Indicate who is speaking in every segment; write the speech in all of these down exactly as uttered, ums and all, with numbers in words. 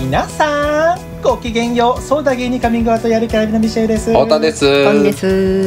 Speaker 1: 皆さんごきげんよう。そうだ芸にカミングアウトやるキャラビのミシェルです。
Speaker 2: 太田です。
Speaker 3: トンです。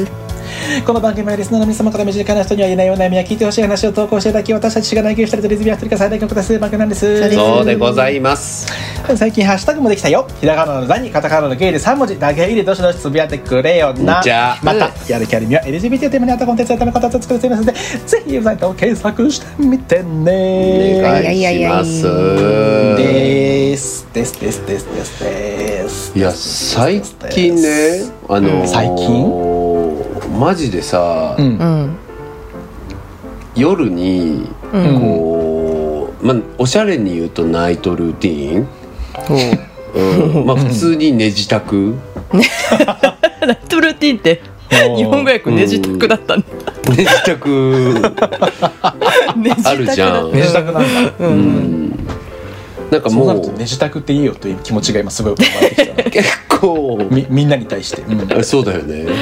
Speaker 1: この番組はリスナーの皆様から身近な人には言えないお悩みや聞いてほしい話を投稿していただき、私たちが内給したりとレズビアン一人が最大のことする番組なんです。
Speaker 2: そうでございます。
Speaker 1: 最近ハッシュタグもできたよ。ひらがなの「ザ」にカタカナの「ゲイ」でさん文字だけ入れどしどしつぶやってくれよな。
Speaker 2: じゃあ
Speaker 1: またやるキャラには エルジービーティー をテーマにあったコンテンツのための形を作っていますので、ぜひウェブサイトを検索してみてね。
Speaker 2: お願いします
Speaker 1: ですですですですですです。
Speaker 2: いや最近ね、あのー、
Speaker 1: 最近
Speaker 2: マジでさ、うん、夜にこう、うんまあ、おしゃれに言うとナイトルーティーン、うんまあ、普通に寝支度
Speaker 3: ナイトルーティーンって日本語訳寝支度だったんだ。
Speaker 2: 寝支度あるじゃん。
Speaker 1: 寝支度なんだ、うんうん
Speaker 2: なんかもう
Speaker 1: そうなると寝支度っていいよという気持ちが今すごい生まれてきた
Speaker 2: 結構 み,
Speaker 1: みんなに対して、うん、
Speaker 2: そうだよね、うん、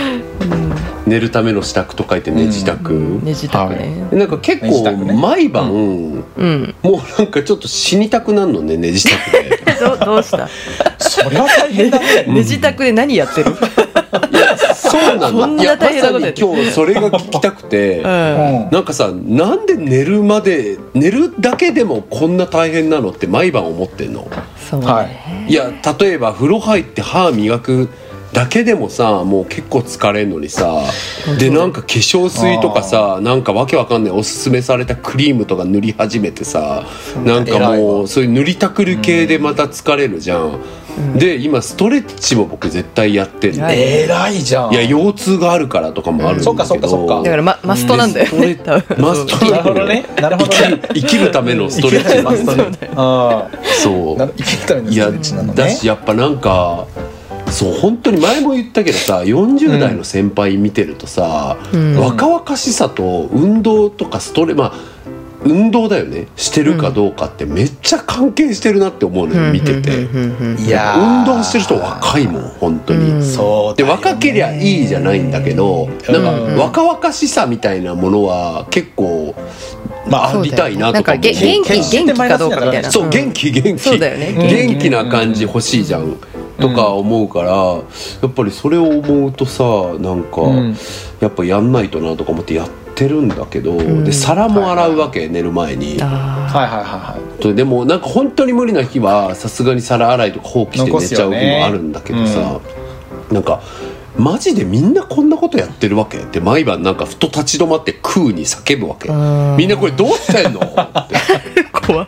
Speaker 2: 寝るための支度と書いて寝支度、うん、
Speaker 3: 寝支度ね、
Speaker 2: なんか結構毎晩、うんうん、もうなんかちょっと死にたくなるのね寝支度で
Speaker 3: ど, どうした
Speaker 1: それは大変だね。
Speaker 3: 寝支度で何やってる
Speaker 2: いやそうなの。
Speaker 3: そんな大変なことやってる。
Speaker 2: いやまさに今日それが聞きたくて、うん、なんかさなんで寝るまで寝るだけでもこんな大変なのって毎晩思ってんの。
Speaker 3: そうね、
Speaker 2: はい、いや例えば風呂入って歯磨くだけでもさもう結構疲れんのにさ、でなんか化粧水とかさなんかわけわかんないおすすめされたクリームとか塗り始めてさ、なんかもうそういう塗りたくる系でまた疲れるじゃん、うん、で今ストレッチも僕絶対やってんの。
Speaker 1: えらいじゃん。
Speaker 2: いや腰痛があるからとかもあるんだけど、うん、
Speaker 1: そうかそうかそうか。
Speaker 3: だから、ま、マストなんだよね。
Speaker 2: マスト
Speaker 1: なるほどね。なるほどね。
Speaker 2: 生きるためのストレッチマストね。あそう
Speaker 1: 生きるためのストレッチなのね。
Speaker 2: だしやっぱなんかそう本当に前も言ったけどさよんじゅう代の先輩見てるとさ、うん、若々しさと運動とかストレまあ運動だよねしてるかどうかってめっちゃ関係してるなって思うのよ、うん、見てて。いや運動してる人若いもん本当に、うん、そうで若けりゃいいじゃないんだけど、なんか若々しさみたいなものは結構まあありたいなとか思う。
Speaker 3: 元気元気かどうかみたいな。
Speaker 2: そう元気元気そうだよね。元気な感じ欲しいじゃん、うんとか思うから、やっぱりそれを思うとさなんか、うん、やっぱやんないとなとか思ってやってるんだけど、うん、で皿も洗うわけ、はいはい、寝る前に。はいはいはいはい。でもなんか本当に無理な日はさすがに皿洗いとか放棄して寝ちゃう日もあるんだけどさ、うん、なんかマジでみんなこんなことやってるわけって毎晩なんかふと立ち止まって空に叫ぶわけ。みんなこれどうしてんのって
Speaker 3: 怖っ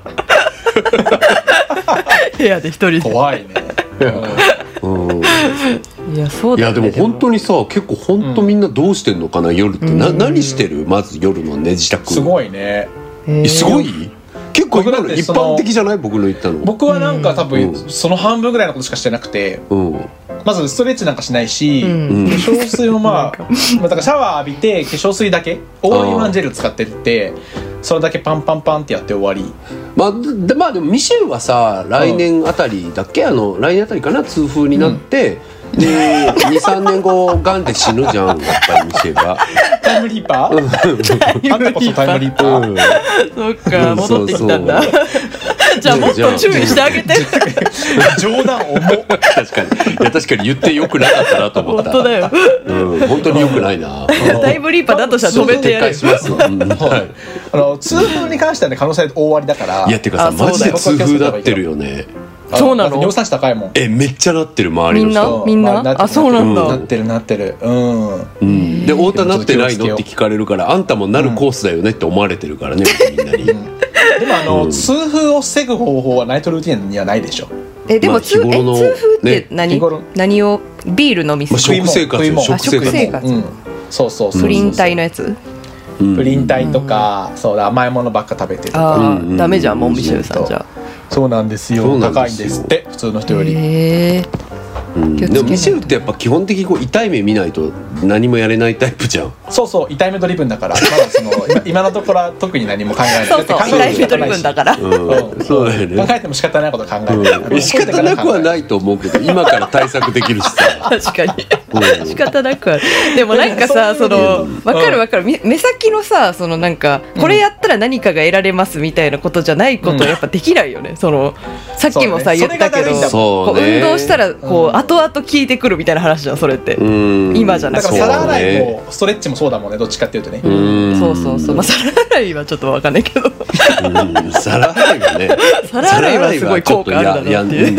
Speaker 3: 部屋で一人で
Speaker 1: 怖いね
Speaker 2: うん、
Speaker 3: いやそうだね。
Speaker 2: いやでも本当にさ結構本当みんなどうしてんのかな、うん、夜ってな、うん、何してるまず夜の寝支度。
Speaker 1: すごいね。
Speaker 2: すごい結構今の一般的じゃない。僕の言ったの
Speaker 1: 僕はなんか多分その半分ぐらいのことしかしてなくて、うん、まずストレッチなんかしないし、うん、化粧水もまあだからシャワー浴びて化粧水だけオールインワンジェル使ってってそれだけパンパンパンってやって終わり。
Speaker 2: まあ、で, まあでもミシェルはさ来年あたりだっけ、うん、あの来年あたりかな痛風になって、うん、で にさんねんごガンで死ぬじゃんやっぱりミシェルが
Speaker 1: タイムリーパー、うん、あんたこそタイムリーパー、うん、
Speaker 3: そっか戻ってきたんだ。じゃあもっと注意してあげて
Speaker 1: 冗談重っ
Speaker 2: 確かにいや確かに言ってよくなかったなと思った。
Speaker 3: 本当だよ、
Speaker 2: うん、本当によくないな
Speaker 3: タイムリーパーだとしたら止めてやる。
Speaker 2: 撤回します、うんはい、
Speaker 1: あの痛風に関してはね可能性大割りだから。
Speaker 2: いやってかさマジで痛風なってるよね。
Speaker 3: そうなの。
Speaker 1: 尿酸値高いもん。
Speaker 2: えめっちゃなってる周りの人
Speaker 3: みんなみんなあそうなんだ。
Speaker 1: なってるなってるうん、
Speaker 2: うん、で太田なってないのって聞かれるからあんたもなるコースだよねって思われてるからね、うん、みんなに、うん、
Speaker 1: でもあの、うん、痛風を防ぐ方法はナイトルーティンにはないでしょ。
Speaker 3: えでも、まあ、痛, え痛風って何、ね、何をビール飲みする、
Speaker 2: まあ、食生活
Speaker 3: 食生活、うん、
Speaker 1: そうそうそう。
Speaker 3: プリン体のやつ、
Speaker 1: うん、プリン体とか、うん、そうだ甘いものばっか食べてとか。
Speaker 3: あ、うん、ダメじゃんもんミシェルさんじゃ。
Speaker 1: そうなんですよ。高いんですって普通の人より。
Speaker 3: へ
Speaker 2: うん、でもミシェルってやっぱ基本的にこう痛い目見ないと何もやれないタイプじゃん。
Speaker 1: そうそう痛い目ドリブンだからまだその今のところは特に何も考えない。
Speaker 3: そうそう痛い目ドリブンだから、
Speaker 2: うん、そうだよね。
Speaker 1: 考えても仕方ないこと考えてる、
Speaker 2: うん、仕方なくはないと思うけど今から対策できるしさ
Speaker 3: 確かに仕方なくある。でもなんかさ、その分かる分かる、目先のさ、そのなんかこれやったら何かが得られますみたいなことじゃないことはやっぱできないよね。そのさっきもさ言ったけど、こう運動したらこう後々効いてくるみたいな話じゃんそれって。今じゃなくて、
Speaker 1: だから皿洗いもストレッチもそうだもんね、どっちかっていうとね。
Speaker 3: そうそうそう、まあ皿洗いはちょっと分かんないけど
Speaker 2: 皿洗いはね、
Speaker 3: 皿洗いはすごい効果あるんだなっていう。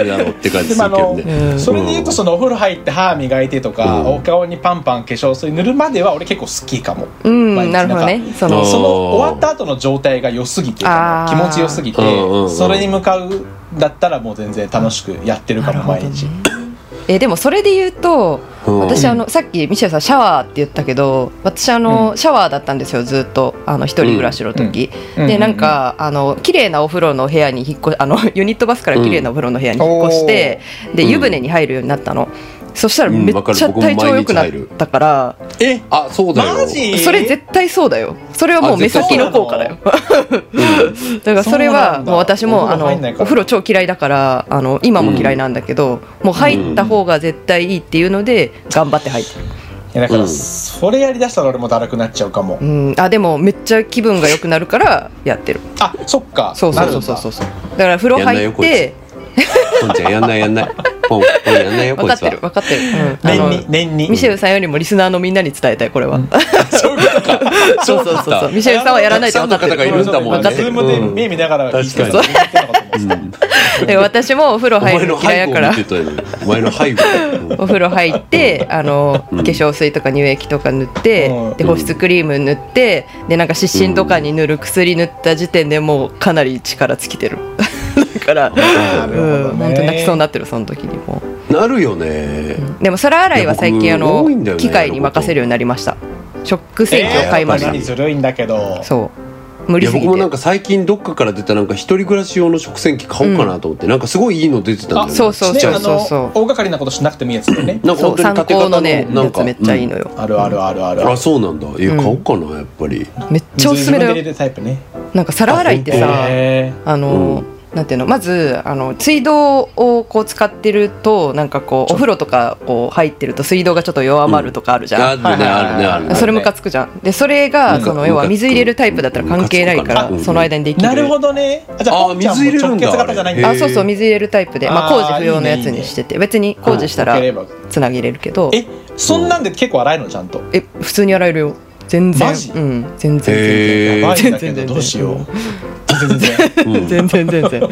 Speaker 2: やろうって感じするけどね。
Speaker 1: それでいうと、そのお風呂入って歯磨いてとか、うん、お顔にパンパン化粧水塗るまでは俺結構好きかも。
Speaker 3: うん、なるほどね。
Speaker 1: そのその終わった後の状態が良すぎて、気持ち良すぎて、それに向かうだったらもう全然楽しくやってるかも毎日。
Speaker 3: えでもそれで言うと、私あのさっきミシェルさんシャワーって言ったけど、私あの、うん、シャワーだったんですよずっと、あの一人暮らしの時、うん、でなんかあの綺麗なお風呂の部屋に引っ越あのユニットバスから綺麗なお風呂の部屋に引っ越して、うん、で湯船に入るようになったの。そしたらめっちゃ体調良くなったから、
Speaker 2: うん、えあそうだよ、マジ
Speaker 3: それ絶対そうだよ。それはもう目先の効果だよだからそれはもう私もあのお風呂超嫌いだから、あの今も嫌いなんだけど、うん、もう入った方が絶対いいっていうので頑張って入ってる。
Speaker 1: いやだからそれやりだしたら俺もだるくなっちゃうかも、
Speaker 3: うん、あでもめっちゃ気分が良くなるからやってる。
Speaker 1: あそっか、
Speaker 3: そうそうそうそうそう、だから風呂入って
Speaker 2: ポンちゃんやんないやんないポンポンやんないよこいつは。
Speaker 3: 分かってる分かってる、うん、
Speaker 1: 年に年に
Speaker 3: ミシェルさんよりもリスナーのみんなに伝えたいこれは、うん、
Speaker 1: そういうことか
Speaker 3: そうそうそうそう、ミシェルさんはやらないと分かってる。
Speaker 2: たくさんの方がいるんだもんね。
Speaker 1: ズームで目見ながら
Speaker 2: 確かに、
Speaker 3: うん、私もお風呂入るの嫌いやから
Speaker 2: お前の背後
Speaker 3: お風呂入ってあの、うん、化粧水とか乳液とか塗って、うん、で保湿クリーム塗ってでなんか湿疹とかに塗る薬塗った時点でもうかなり力尽きてるだから、うん、本当泣きそうになってるその時にも
Speaker 2: なるよね、
Speaker 3: うん、でも皿洗いは最近あの、ね、機械に任せるようになりました。食洗機を買いました、
Speaker 1: えー、ずるいんだけど
Speaker 3: そう無理すぎて。
Speaker 2: いや僕もなんか最近どっかから出たなんか一人暮らし用の食洗機買おうかなと思って、うん、なんかすごいいいの出てたんだよね。
Speaker 3: そうそうそうそうそう、
Speaker 1: 大掛かりなことしなくてもいいやつだよね。
Speaker 3: なんか本当に縦型のねやつめっちゃいいのよ、
Speaker 1: うん、あるあるあるある。
Speaker 2: あそうなんだ、え買おうかなやっぱり。
Speaker 3: めっちゃおすすめだよ。
Speaker 1: 水で入れるタイプね。
Speaker 3: なんか皿洗いってさ あ, あの、うんなんていうの、まずあの水道をこう使ってるとなんかこうお風呂とかこう入ってると水道がちょっと弱まるとかあるじゃん、うん、あるねあるねあるね。それムカつくじゃん。でそれがその要は水入れるタイプだったら関係ないからその間にできる。
Speaker 1: なるほどね。あじゃあポンちゃんも直結型じゃないんだ。
Speaker 3: あそうそう水入れるタイプで、まあ、工事不要のやつにしてて、別に工事したらつなげれるけど。
Speaker 1: えそんなんで結構洗えるのちゃんと。
Speaker 3: え普通に洗えるよ全然。マジ？うん全然全然。
Speaker 1: やばいんだけどどうしよう。全然
Speaker 3: 全然全然全然全然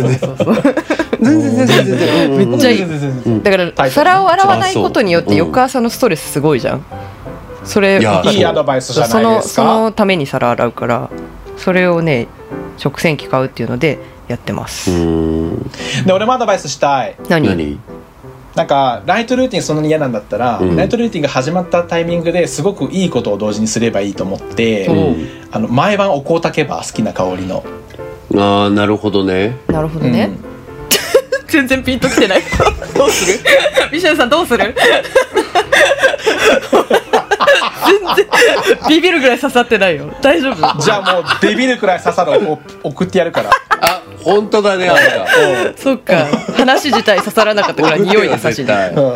Speaker 3: 全然全然めっちゃいい。だから皿を洗わないことによって翌朝のストレスすごいじゃん。それ
Speaker 1: いいアドバイスじゃないですか。
Speaker 3: そのそのために皿洗うからそれをね食洗機買うっていうのでやってます。
Speaker 1: で俺もアドバイスしたい。
Speaker 3: 何？
Speaker 1: なんかライトルーティンそんなに嫌なんだったら、うん、ライトルーティンが始まったタイミングですごくいいことを同時にすればいいと思って、うん、あの毎晩お香炊けば好きな香りの。
Speaker 2: あーなるほどね
Speaker 3: なるほどね、うん、全然ピンときてないどうするミシェルさんどうする全然ビビるぐらい刺さってないよ。大丈夫？
Speaker 1: じゃあもうビビるくらい刺さるを送ってやるから。
Speaker 2: あ本当だねあんた
Speaker 3: そっか話自体刺さらなかったから匂いで刺しに、うん、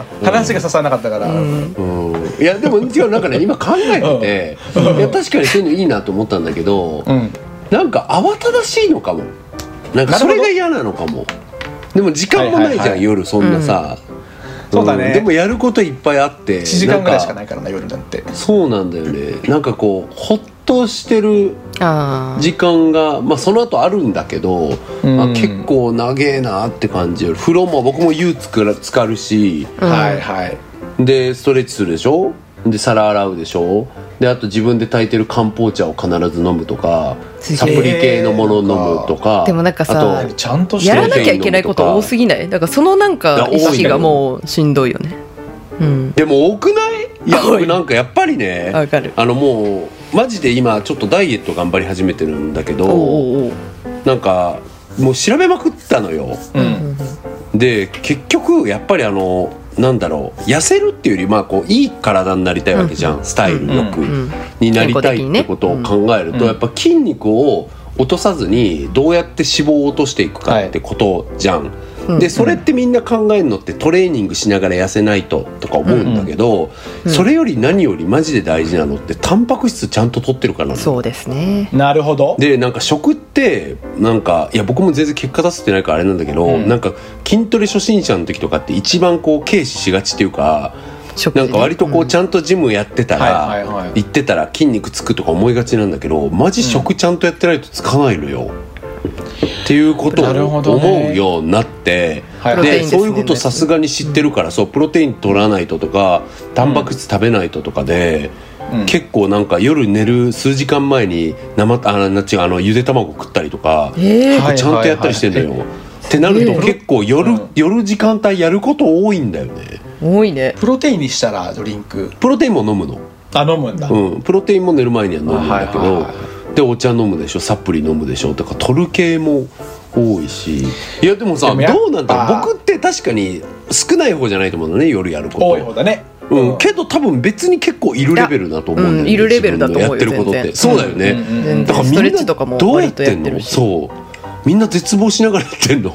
Speaker 1: 話が刺さらなかったから、うん
Speaker 2: うん、いやでも違うなんかね今考えてて、うん、いや確かにそういうのいいなと思ったんだけど、うん、なんか慌ただしいのかも。なんかそれが嫌なのかも。でも時間もないじゃん、はいはいはい、夜そんなさ、
Speaker 1: うん、そうだね。
Speaker 2: でもやることいっぱいあってい
Speaker 1: ちじかんぐらいしかないからな夜なんて。
Speaker 2: そうなんだよね。なんかこうほっとしてる時間がまあその後あるんだけど、まあ、結構長えなって感じ。風呂も僕も湯つか浸かるし、
Speaker 1: うん、はいはい
Speaker 2: でストレッチするでしょ、で皿洗うでしょ、であと自分で炊いてる漢方茶を必ず飲むとかサプリ系のものを飲むとか。
Speaker 3: でもなんかさあとちゃんとやらなきゃいけないこと多すぎない？だからそのなんか意識がもうしんどいよね、
Speaker 2: うん、でも多くない？いや僕なんかやっぱりね
Speaker 3: わかる。
Speaker 2: あのもうマジで今ちょっとダイエット頑張り始めてるんだけど、おうおうなんかもう調べまくったのよ、うん、で結局やっぱりあのなんだろう痩せるっていうよりまあこういい体になりたいわけじゃん、うん、スタイルよくになりたいってことを考えると、やっぱ筋肉を落とさずにどうやって脂肪を落としていくかってことじゃん、はい、 うん、でそれってみんな考えるのってトレーニングしながら痩せないととか思うんだけど、うんうん、それより何よりマジで大事なのってタンパク質ちゃんと取ってるからなの。
Speaker 3: そうですね。
Speaker 1: なるほど。
Speaker 2: でなんか食ってなんかいや僕も全然結果出せてないからあれなんだけど、うん、なんか筋トレ初心者の時とかって一番こう軽視しがちっていうか、なんか割とこうちゃんとジムやってたら、行ってたら筋肉つくとか思いがちなんだけど、マジ食ちゃんとやってないとつかないのよ、うん、っていうことを思うようになって、ね、でそういうことさすがに知ってるから、うん、そうプロテイン取らないととかタンパク質食べないととかで、うん、結構なんか夜寝る数時間前に生あな違うあのゆで卵食ったりとか、えー、ちゃんとやったりしてんだよ、はいはいはい、ってなると結構夜、うん、夜時間帯やること多いんだよね。
Speaker 3: 多いね。
Speaker 1: プロテインにしたらドリンク
Speaker 2: プロテインも飲むの。
Speaker 1: あ飲むんだ、
Speaker 2: うん、プロテインも寝る前には飲むんだけど、はいはいはい、でお茶飲むでしょ、サプリ飲むでしょとか取る系も多いし、いやでもさでもどうなんだろう、僕って確かに少ない方じゃないと思うのね、夜やること。
Speaker 1: 多い方だね、
Speaker 2: うん、けど多分別に結構いるレベルだと思うんだよね、
Speaker 3: うん、いるレベルだと思うよ、
Speaker 2: やってることってそうだよね、
Speaker 3: うんうんうん、だからみんなストレッチとかも割とやってるし、
Speaker 2: そうみんな絶望しながらやってんの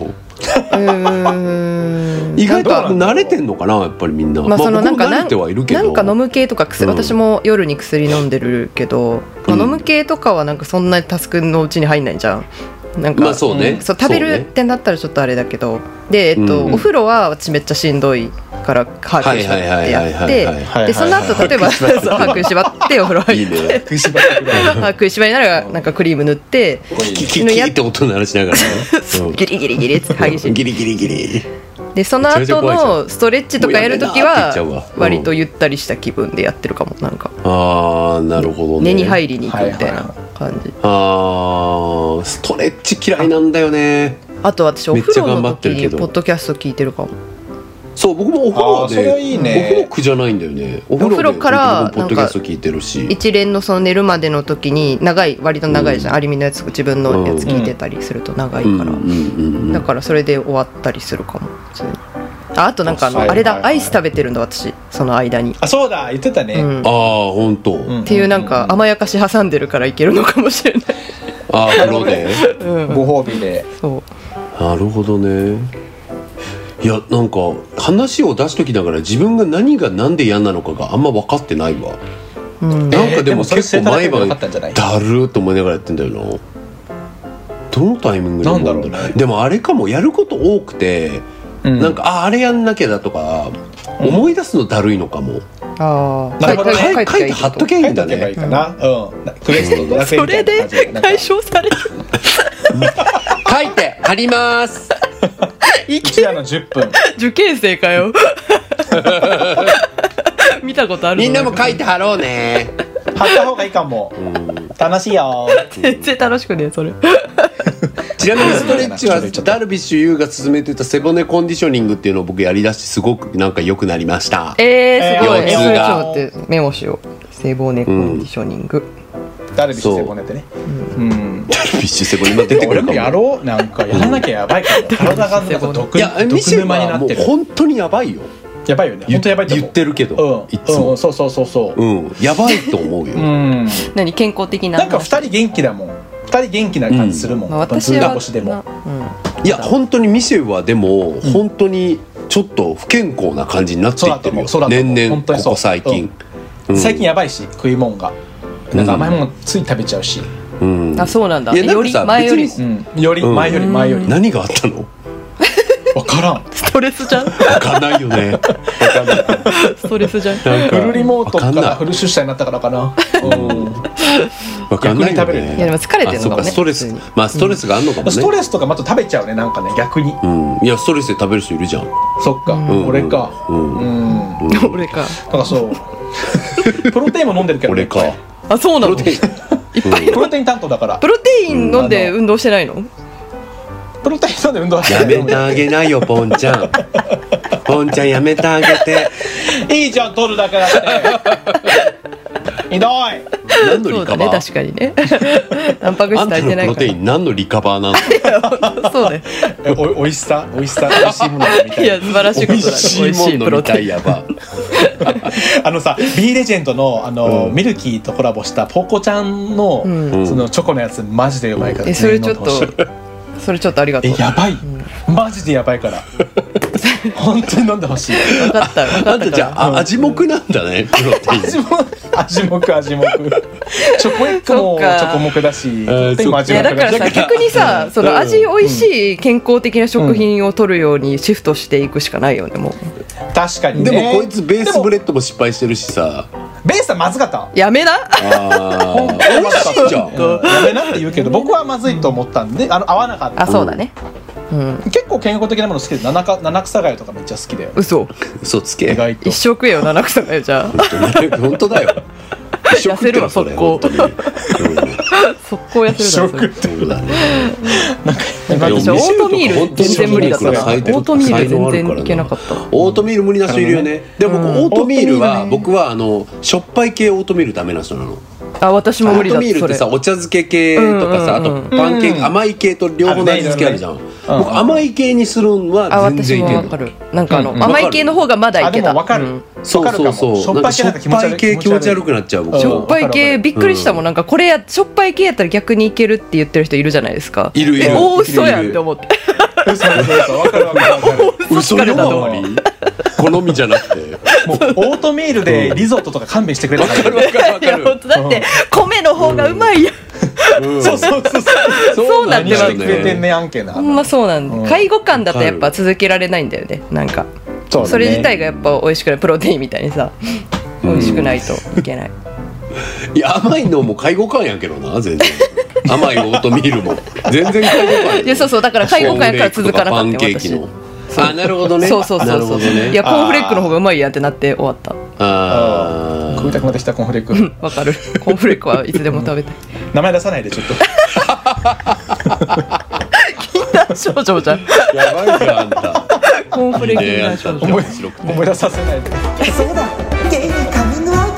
Speaker 2: 意外と慣れてんのかなやっぱりみんな、
Speaker 3: まあ、そのなんか、
Speaker 2: まあ、慣れてはいるけど
Speaker 3: なんか飲む系とか薬、うん、私も夜に薬飲んでるけど、まあ、飲む系とかはなんかそんなにタスクのうちに入んないんじゃん。なんか、まあそうね、そう食べるってなったらちょっとあれだけど、で、えっとうん、お風呂は私めっちゃしんどいから把握しばってやって、でその後例えば歯食いしばってお風呂入って歯食いしばりならなんかクリーム塗って
Speaker 2: キキキって音鳴らしながらね
Speaker 3: ギリギリギリって激しい
Speaker 2: ギリギリギリ
Speaker 3: でその後のストレッチとかやるときは割とゆったりした気分でやってるかも。なんか
Speaker 2: あーなるほどね、
Speaker 3: 根に入りに行くみたいな感じ。
Speaker 2: あーストレッチ嫌いなんだよね。
Speaker 3: あと私お風呂の時にポッドキャスト聞いてるかも。
Speaker 2: そう僕もお風呂で、
Speaker 1: それはいいね、
Speaker 2: お風呂苦じゃないんだよね。お風呂からポッドキャスト聞いてるし、
Speaker 3: 一連のその寝るまでの時に長い割と長いじゃん、うん、アリミのやつ自分のやつ聞いてたりすると長いから、うん、だからそれで終わったりするかも普通に。あ, あとなんかあのあれだ、アイス食べてるんだ私その間に。
Speaker 1: あそうだ言ってたね、うん、
Speaker 2: ああ本当、
Speaker 3: うん、っていうなんか甘やかし挟んでるからいけるのかもしれない
Speaker 2: あ風呂で、
Speaker 1: うん、ご褒美で。
Speaker 3: そう
Speaker 2: なるほどね。いやなんか話を出しときながら自分が何がなんで嫌なのかがあんま分かってないわ、うん、なんかでも結構毎晩だるーと思いながらやってんだよな。どのタイミングで思うんだろう。なんだろうね。でもあれかもやること多くて、うん、なんか あ, あれやんなきゃだとか思い出すのだるいのかも、うん、
Speaker 3: あ
Speaker 2: なるほどね。書いて貼っとけばいいんだね。
Speaker 1: 書いとけばいいかな、うん、クエストドラクエみたいな感じで
Speaker 3: それで解消される
Speaker 2: 書いて貼ります
Speaker 1: 一夜のじゅっぷん
Speaker 3: 受験生かよ見たことある。
Speaker 2: みんなも書いて貼ろうね
Speaker 1: 貼った方がいいかも、うん、楽しいよ
Speaker 3: 全然楽しくねそれ
Speaker 2: ちなみにストレッチはダルビッシュ有が勧めてた背骨コンディショニングっていうのを僕やりだしてすごくなんか良くなりました。
Speaker 3: えーすごい、えー、腰痛がってメモしよう。背骨コンディショニング、
Speaker 1: うん、ダルビッシュ背骨ってね、うん、うん、
Speaker 2: ダルビッシュ背骨今出てくるかも。
Speaker 1: 俺もやろうなんかやらなきゃやばいかも体がなんか毒、いや
Speaker 2: ミシェルはもう本当にやばいよ。
Speaker 1: やばいよね。本当やばいと思う。
Speaker 2: 言ってるけど、
Speaker 1: うん、いつも、うん、そうそうそうそう、
Speaker 2: うん、やばいと思うよ、うん、
Speaker 3: 何健康的な
Speaker 1: なんかふたり元気だもん。ふたり元気な感じするもん、うん、
Speaker 3: 私は
Speaker 1: 星でも、
Speaker 2: うん、いや本当にミシェルはでも、うん、本当にちょっと不健康な感じになっていってるよ年々ここ最近、
Speaker 1: うん、最近やばいし食い物がなんか甘いものつい食べちゃうし、
Speaker 3: うん、あそうなんだ。より前より、
Speaker 1: うん、より前より前より、
Speaker 2: 何があったの
Speaker 1: 分からん。
Speaker 3: ストレスじゃん。
Speaker 2: 分かんないよね。分かんない。
Speaker 3: ストレスじゃん。
Speaker 1: フルリモートからフル出社になったからかな。うん。
Speaker 2: 分かんないよね。
Speaker 3: いやでも疲れてるのかもね。
Speaker 2: ストレス、まあストレスがあるのかもね。
Speaker 1: ストレスとかまた食べちゃうねなんかね逆に。
Speaker 2: うん。いやストレスで食べる人いるじゃん。
Speaker 1: そっか。俺か。うん。
Speaker 3: 俺か。
Speaker 1: なんかそう。プロテインも飲んでるけど。
Speaker 2: 俺か。
Speaker 3: あそうなの。いっぱい
Speaker 1: プロテイン担当だから。
Speaker 3: プロテイン飲んで運動してないの？
Speaker 1: プロテイン飲んで運動して
Speaker 2: やめてあげないよポンちゃん。ポンちゃんやめてあげて。
Speaker 1: いいじゃん取るだけだって。ひどい。
Speaker 2: 何のリカバー？
Speaker 3: そうだね確かにね。タンパク質足りてないから。あんたのプロテイン
Speaker 2: 何のリカバーなの？
Speaker 3: そうね。
Speaker 1: おおいしさおいしさおいしいものみたい。
Speaker 3: いや素晴らしいことだね。おいしいプロテインやば。
Speaker 1: あのさ B レジェンドのあの、うん、ミルキーとコラボしたポコちゃんの、うん、そのチョコのやつマジでうまいから、
Speaker 3: ね、えそれちょっとそれちょっとありがとう。
Speaker 1: えやばい、うん、 マジでやばいから本当に飲んでほしい。
Speaker 3: 分かった分かった。
Speaker 2: あんたじゃあ、うん、味目なんだね、プロテイン。
Speaker 1: 味目味目味目チョコエッグもチョコ目だし、でも味目だし。
Speaker 3: だからさ、逆にさ、その味美味しい健康的な食品を取るようにシフトしていくしかないよね、もう。
Speaker 1: 確かにね。
Speaker 2: でもこいつベースブレッドも失敗してるしさ。
Speaker 1: ベースはまずかった。
Speaker 3: やめな。
Speaker 2: あ
Speaker 1: 本当にまずかったじゃん。やめなって言うけど、僕はまずいと思ったんで、あの合わなかった。
Speaker 3: あ、そうだね。うん、結
Speaker 1: 構健康的なもの好きで、七か七草がゆとかめっちゃ好きだよ。
Speaker 3: 嘘
Speaker 2: 嘘つけ。
Speaker 1: 意外と
Speaker 3: 一生食えよ七草がゆじゃあ。
Speaker 2: 本当だよ。
Speaker 3: 痩せるわ速攻。速攻痩せるわ。
Speaker 1: 食ってるだね。
Speaker 3: なんか私オートミール全然無理だったな。オートミール全然いけなかった。
Speaker 2: オートミール無理な人いるよね。でも僕オートミールは僕はあのしょっぱい系オートミールダメな人なの。
Speaker 3: あ、私も無理だった。
Speaker 2: オートミールってさ、お茶漬け系とかさ、あとパンケーキ、甘い系と両方の味付けあるじゃん。僕甘い系にするんは全然いける。
Speaker 3: あ、私もわかる。なんかあの甘い系の方がまだいけた。
Speaker 1: わかる。
Speaker 2: そうそうそう。しょっぱい系気持ち悪くなっちゃう。
Speaker 3: しょっぱい系びっくりしたもん。なんかこれやしょっぱい系やったら逆にいけるって言ってる人いるじゃないですか。
Speaker 2: いるいる。
Speaker 3: お嘘やんって思って。
Speaker 1: 嘘嘘嘘。わかるわかるわかる。
Speaker 2: 嘘よあまり。好みじゃなくて、
Speaker 1: もうオートミールでリゾットとか勘弁してくれたから。
Speaker 2: わかるわかるわかる。
Speaker 3: だって米の方がうまいやん。
Speaker 1: そうそうそう
Speaker 3: そうなんて
Speaker 1: してくれてんねやんけな。
Speaker 3: ほんまそうなんで、介護官だとやっぱ続けられないんだよね。なんかそれ自体がやっぱ美味しくない、プロテインみたいにさ美味しくないといけない。
Speaker 2: いや甘いのも介護官やけどな、全然。甘いオートミールも全然介護官。
Speaker 3: いやそうそう、だから介護官やから続かなかったよ私。
Speaker 2: あ、なるほどね。
Speaker 3: そうそうそうそう。いやコーンフレークの方がうまいやんってなって終わった。
Speaker 1: ああ、食いたくなってきたコーンフレーク。
Speaker 3: わかる。コーンフレークはいつでも食べたい。
Speaker 1: 名前出さないでちょっと。
Speaker 3: 禁断症状じゃん。
Speaker 2: やばいじゃんあんた。
Speaker 3: コーンフレーク禁断症状。
Speaker 1: 思い思い出させないで。
Speaker 4: そうだ、ゲイにカミングアウト。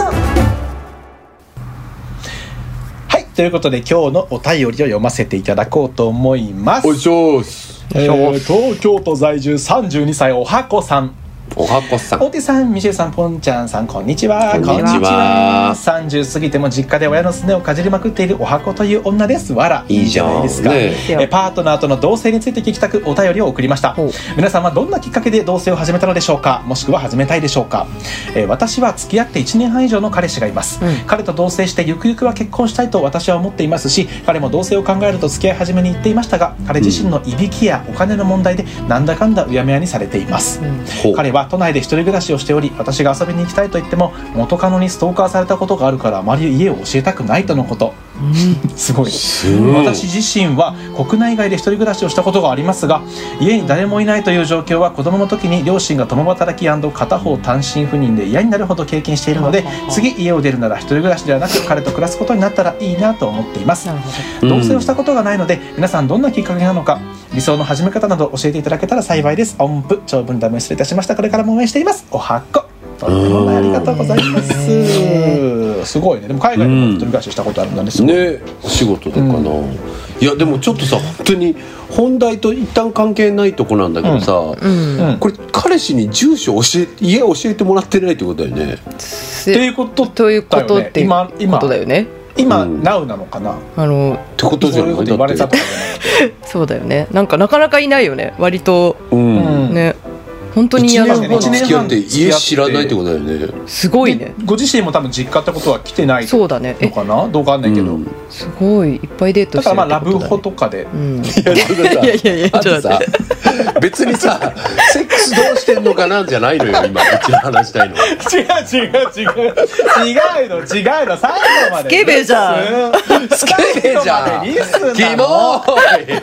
Speaker 1: はい、ということで今日のお便りを読ませていただこうと思います。
Speaker 2: おいしょーす。
Speaker 1: えー、東京都在住さんじゅうにさいおはこさん。
Speaker 2: おはこさん、
Speaker 1: 大手さん、ミシェルさん、ポンちゃんさん、こんにちは。
Speaker 2: こんにちは。
Speaker 1: さんじゅう過ぎても実家で親のすねをかじりまくっているおはこという女です。わら、いいじゃないですか。ね、えパートナーとの同棲について聞きたくお便りを送りました。皆さんはどんなきっかけで同棲を始めたのでしょうか、もしくは始めたいでしょうか。えー、私は付き合っていちねんはん以上の彼氏がいます。うん、彼と同棲してゆくゆくは結婚したいと私は思っていますし、彼も同棲を考えると付き合い始めに言っていましたが、彼自身のいびきやお金の問題でなんだかんだうやむやにされています。うん、彼は都内で一人暮らしをしており、私が遊びに行きたいと言っても元カノにストーカーされたことがあるからあまり家を教えたくないとのこと。うん、すごい。私自身は国内外で一人暮らしをしたことがありますが、家に誰もいないという状況は子供の時に両親が共働き&片方単身赴任で嫌になるほど経験しているので、次家を出るなら一人暮らしではなく彼と暮らすことになったらいいなと思っています。同棲をしたことがないので、皆さんどんなきっかけなのか、理想の始め方など教えていただけたら幸いです。音符長文ダム失礼いたしました。これからも応援しています。おはこ。とってもありがとうございます。すごいね。でも海外でも一人暮らししたことあるんだね。すごい
Speaker 2: ね、お仕事でかな。うん、いやでもちょっとさ、本当に本題と一旦関係ないとこなんだけどさ、うんうん、これ彼氏に住所教え家教えてもらってないってことだよね。
Speaker 1: っていうこと
Speaker 3: ということって今今ことだよね。
Speaker 1: 今、うん、ナウなのかな、
Speaker 3: あの
Speaker 2: ってことじゃない。
Speaker 1: そういうこと言われたとかじゃなくて。
Speaker 3: そうだよね。なんかなかなかいないよね。割と、うん、ね。本当に嫌なの。
Speaker 2: いちねんはんって家知らないってことだよね。
Speaker 3: すごいね。
Speaker 1: ご自身も多分実家ってことは来てない
Speaker 3: そうだね
Speaker 1: のかな、どうかわかんないけど、うん、
Speaker 3: すごいいっぱいデートしてるってことだね。
Speaker 1: だからまあラブホとかで、うん、い
Speaker 3: やいやいやちょっと待って、
Speaker 2: 別にさセックスどうしてんのかなんじゃないのよ今うちの話したいの。違
Speaker 1: う違う違う違うの違うの最後まで
Speaker 3: スケベじゃん
Speaker 2: スケベじゃんキモい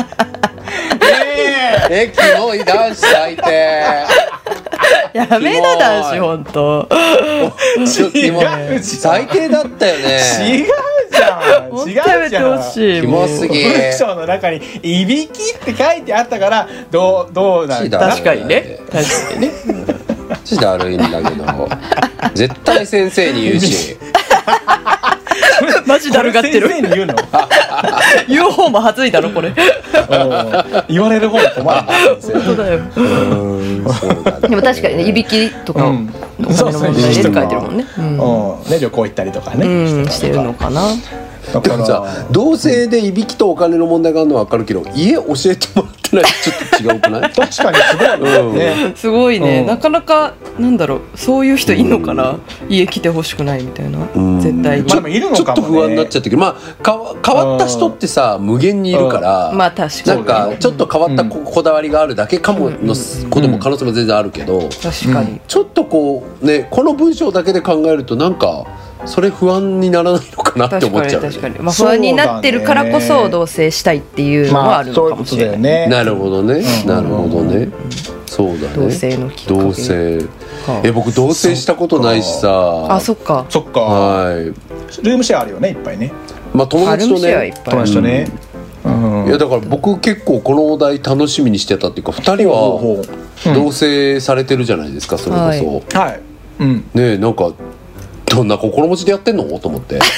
Speaker 2: えキモい男子最低。
Speaker 3: やめな男子ほんと
Speaker 1: 違う
Speaker 2: 最低だったよね。
Speaker 1: 違うじゃん。
Speaker 3: もっとやめてほしい。
Speaker 2: キモすぎ。
Speaker 1: 文章の中にいびきって書いてあったからどうどうなんだ。
Speaker 3: 確かにね確かにね
Speaker 2: マジだるいんだけど絶対先生に言うし
Speaker 3: マジだるがってる。
Speaker 1: 先生に言うの
Speaker 3: 言う方も恥ずいだろこれ
Speaker 1: 言われる方が困る。
Speaker 3: 本当だよ。でも確かにねいびきとか、うん、お金の問題で書いてるもんね。
Speaker 1: うんうん、ね旅行行ったりとかね、
Speaker 3: うん、してるのかな。
Speaker 2: でもさ同棲でいびきとお金の問題があるのは分かるけど家教えてもらってちょっと違うくない？
Speaker 1: 確かにすごいね、
Speaker 3: うん、すごいね、
Speaker 1: うん、
Speaker 3: なかなかなんだろう、そういう人いんのかな、うん、家来てほしくないみたいな、うん、絶対に、
Speaker 1: まあ、でもいるのかもね、
Speaker 2: ちょっと不安になっちゃったけど、まあ、か変わった人ってさ無限にいるから、
Speaker 3: まあ確かに
Speaker 2: なんかちょっと変わった こ,、こだわりがあるだけかものことも可能性も全然あるけど、うん、
Speaker 3: 確かに
Speaker 2: ちょっとこうね、この文章だけで考えるとなんかそれ不安にならないのかなって思っちゃう、ね、
Speaker 3: 確かに確かに、まあ、不安になってるからこそ同棲したいっていうのはあるのかもしれない、まあ、
Speaker 1: ね、
Speaker 2: なるほどね、うん、なるほどね、うん、そうだね、
Speaker 3: 同棲のきっかけ、
Speaker 2: 同棲、はあ、え僕同棲したことないしさ、
Speaker 3: あ、そっか
Speaker 1: そっか、
Speaker 2: はい、
Speaker 1: ルームシェアあるよね、いっぱいね、
Speaker 2: まあ友達とね、
Speaker 1: 友達とね、
Speaker 2: うんうん、いやだから僕結構このお題楽しみにしてたっていうか、ふたりは同棲されてるじゃないですか、それこそ、
Speaker 1: はい、うん、
Speaker 2: ねえ、なんかどんな心持ちでやってんのと思って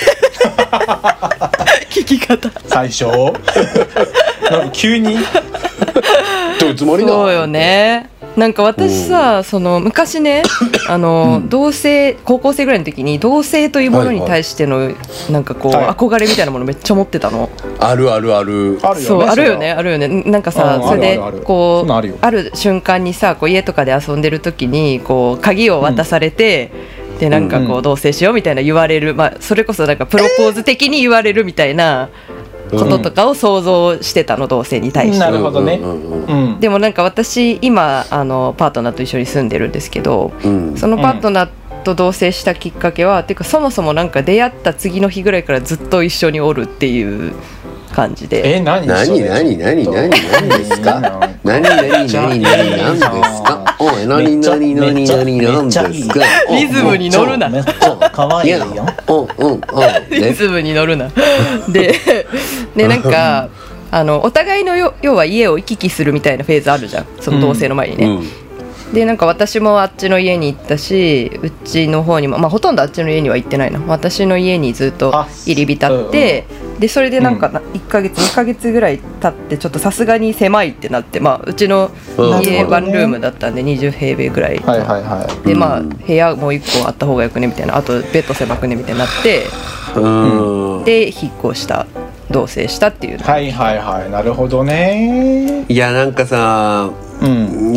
Speaker 3: 聞き方
Speaker 1: 最初なんか急に
Speaker 2: どういうつもりなの？
Speaker 3: そうよね、なんか私さ、その昔ねあの、うん、同性高校生ぐらいの時に同性というものに対しての、はいはい、なんかこう、はい、憧れみたいなものめっちゃ持ってたの。
Speaker 2: あるあるある
Speaker 3: あるよね、そうあるよね、あるよね、なんかさ、それでこう あ, るある瞬間にさ、こう家とかで遊んでる時にこう鍵を渡されて、うん、でなんかこう同棲しようみたいな言われる、まあ、それこそなんかプロポーズ的に言われるみたいなこととかを想像してたの、同棲に対して。
Speaker 1: なるほどね、
Speaker 3: でもなんか私今あのパートナーと一緒に住んでるんですけど、うん、そのパートナーと同棲したきっかけは、うん、てかそもそもなんか出会った次の日ぐらいからずっと一緒におるっていう感じで。
Speaker 1: え、何
Speaker 2: 何何何何何ですか？何何何何何ですか？おい、何何何何何ですか？
Speaker 3: リズムに乗るな。
Speaker 1: めっちゃ可愛いよ。
Speaker 2: うんうんうん。
Speaker 3: リズムに乗るな。で、でなんかあのお互いのよ要は家を行き来するみたいなフェーズあるじゃん。その同棲の前にね。うんうんでなんか私もあっちの家に行ったし、うちの方にも、まあ、ほとんどあっちの家には行ってないな、私の家にずっと入り浸って、うん、でそれでなんかいっかげつ、うん、にかげつぐらい経ってちょっとさすがに狭いってなって、まあ、うちの家ワンルームだったんでにじゅうへいべいぐらい、
Speaker 1: はいはいはい、
Speaker 3: でまあ部屋もういっこあった方がよくねみたいな、あとベッド狭くねみたいになって、うん、で引っ越した同棲したっていう。
Speaker 1: はいはいはい、なるほどね。
Speaker 2: いやなんかさ、うん、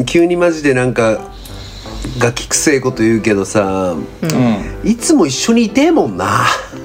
Speaker 2: 急にマジでなんかガキくせえこと言うけどさ、うん、いつも一緒にいてえもんな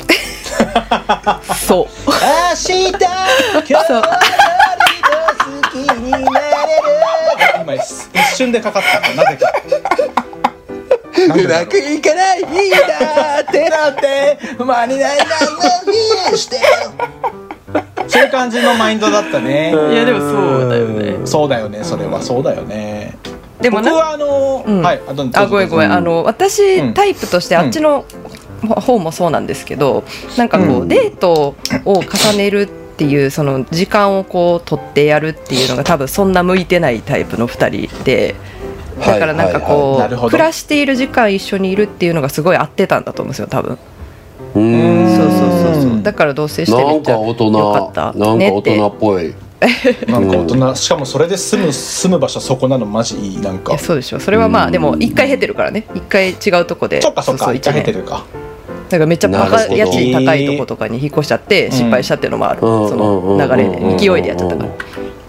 Speaker 3: そう
Speaker 1: 明日今日より好きになれる今一瞬でかかったなぜか
Speaker 2: うまくいかないんだって
Speaker 1: なんて間にないなのにしてそういう感じのマインドだったね。
Speaker 3: いやでもそうだよね。
Speaker 1: そうだよね、それはそうだよね。でも僕はあの、うん、はい、あ、
Speaker 3: あごめんごめん、あの私、うん、タイプとしてあっちの方もそうなんですけど、なんかこう、うん、デートを重ねるっていうその時間をこう取ってやるっていうのが多分そんな向いてないタイプのふたりで、だからなんかこう、はいはいはい、暮らしている時間一緒にいるっていうのがすごい合ってたんだと思うんですよ多分。うーん、そうそうそうそう、だから同棲してめっちゃよかったねって。
Speaker 2: なんか大人っぽい
Speaker 1: なんか大人、しかもそれで住む住む場所そこなのマジいい。なんか
Speaker 3: いやそうでしょ、それはまあでも一回経てるからね、一回違うとこで。
Speaker 1: そっかそっか、一回経てるか。
Speaker 3: だからめっちゃバカ家賃高いとことかに引っ越しちゃって失敗したっていうのもある、うん、その流れで勢いでやっちゃったから。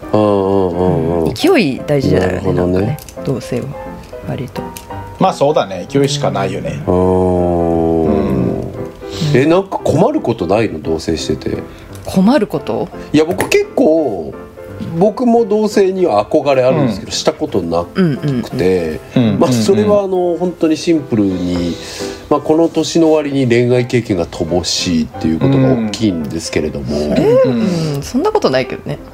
Speaker 3: 勢い大事だよね、なんかね、同棲は割と。
Speaker 1: まあそうだね、勢いしかないよね。
Speaker 2: うん、え、なんか困ることないの、同棲してて。
Speaker 3: 困ること？
Speaker 2: いや僕結構僕も同棲には憧れあるんですけど、うん、したことなくて、まあそれはあの本当にシンプルに、まあ、この年の割に恋愛経験が乏しいっていうことが大きいんですけれども、うん
Speaker 3: うんうん、そんなことないけどね。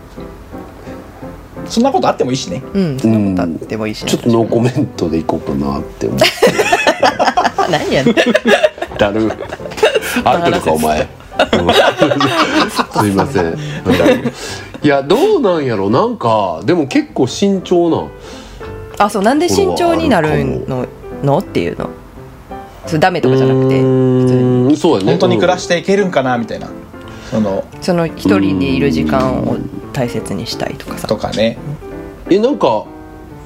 Speaker 1: そんなことあってもいいしね。
Speaker 3: うん、そんなことあってもいいし、ね、
Speaker 2: ちょっとノーコメントでいこうかなって思って
Speaker 3: 何やねん
Speaker 2: だるあるのかお前すいませんいやどうなんやろ、なんかでも結構慎重な。
Speaker 3: あ、そう、なんで慎重になるののっていうの、それダメとかじゃなくて普通に
Speaker 2: そうやね、
Speaker 1: 本当に暮らしていけるんかなみたいな、その
Speaker 3: その一人でいる時間を大切にしたいとかさ、
Speaker 1: とかね。
Speaker 2: え、なんか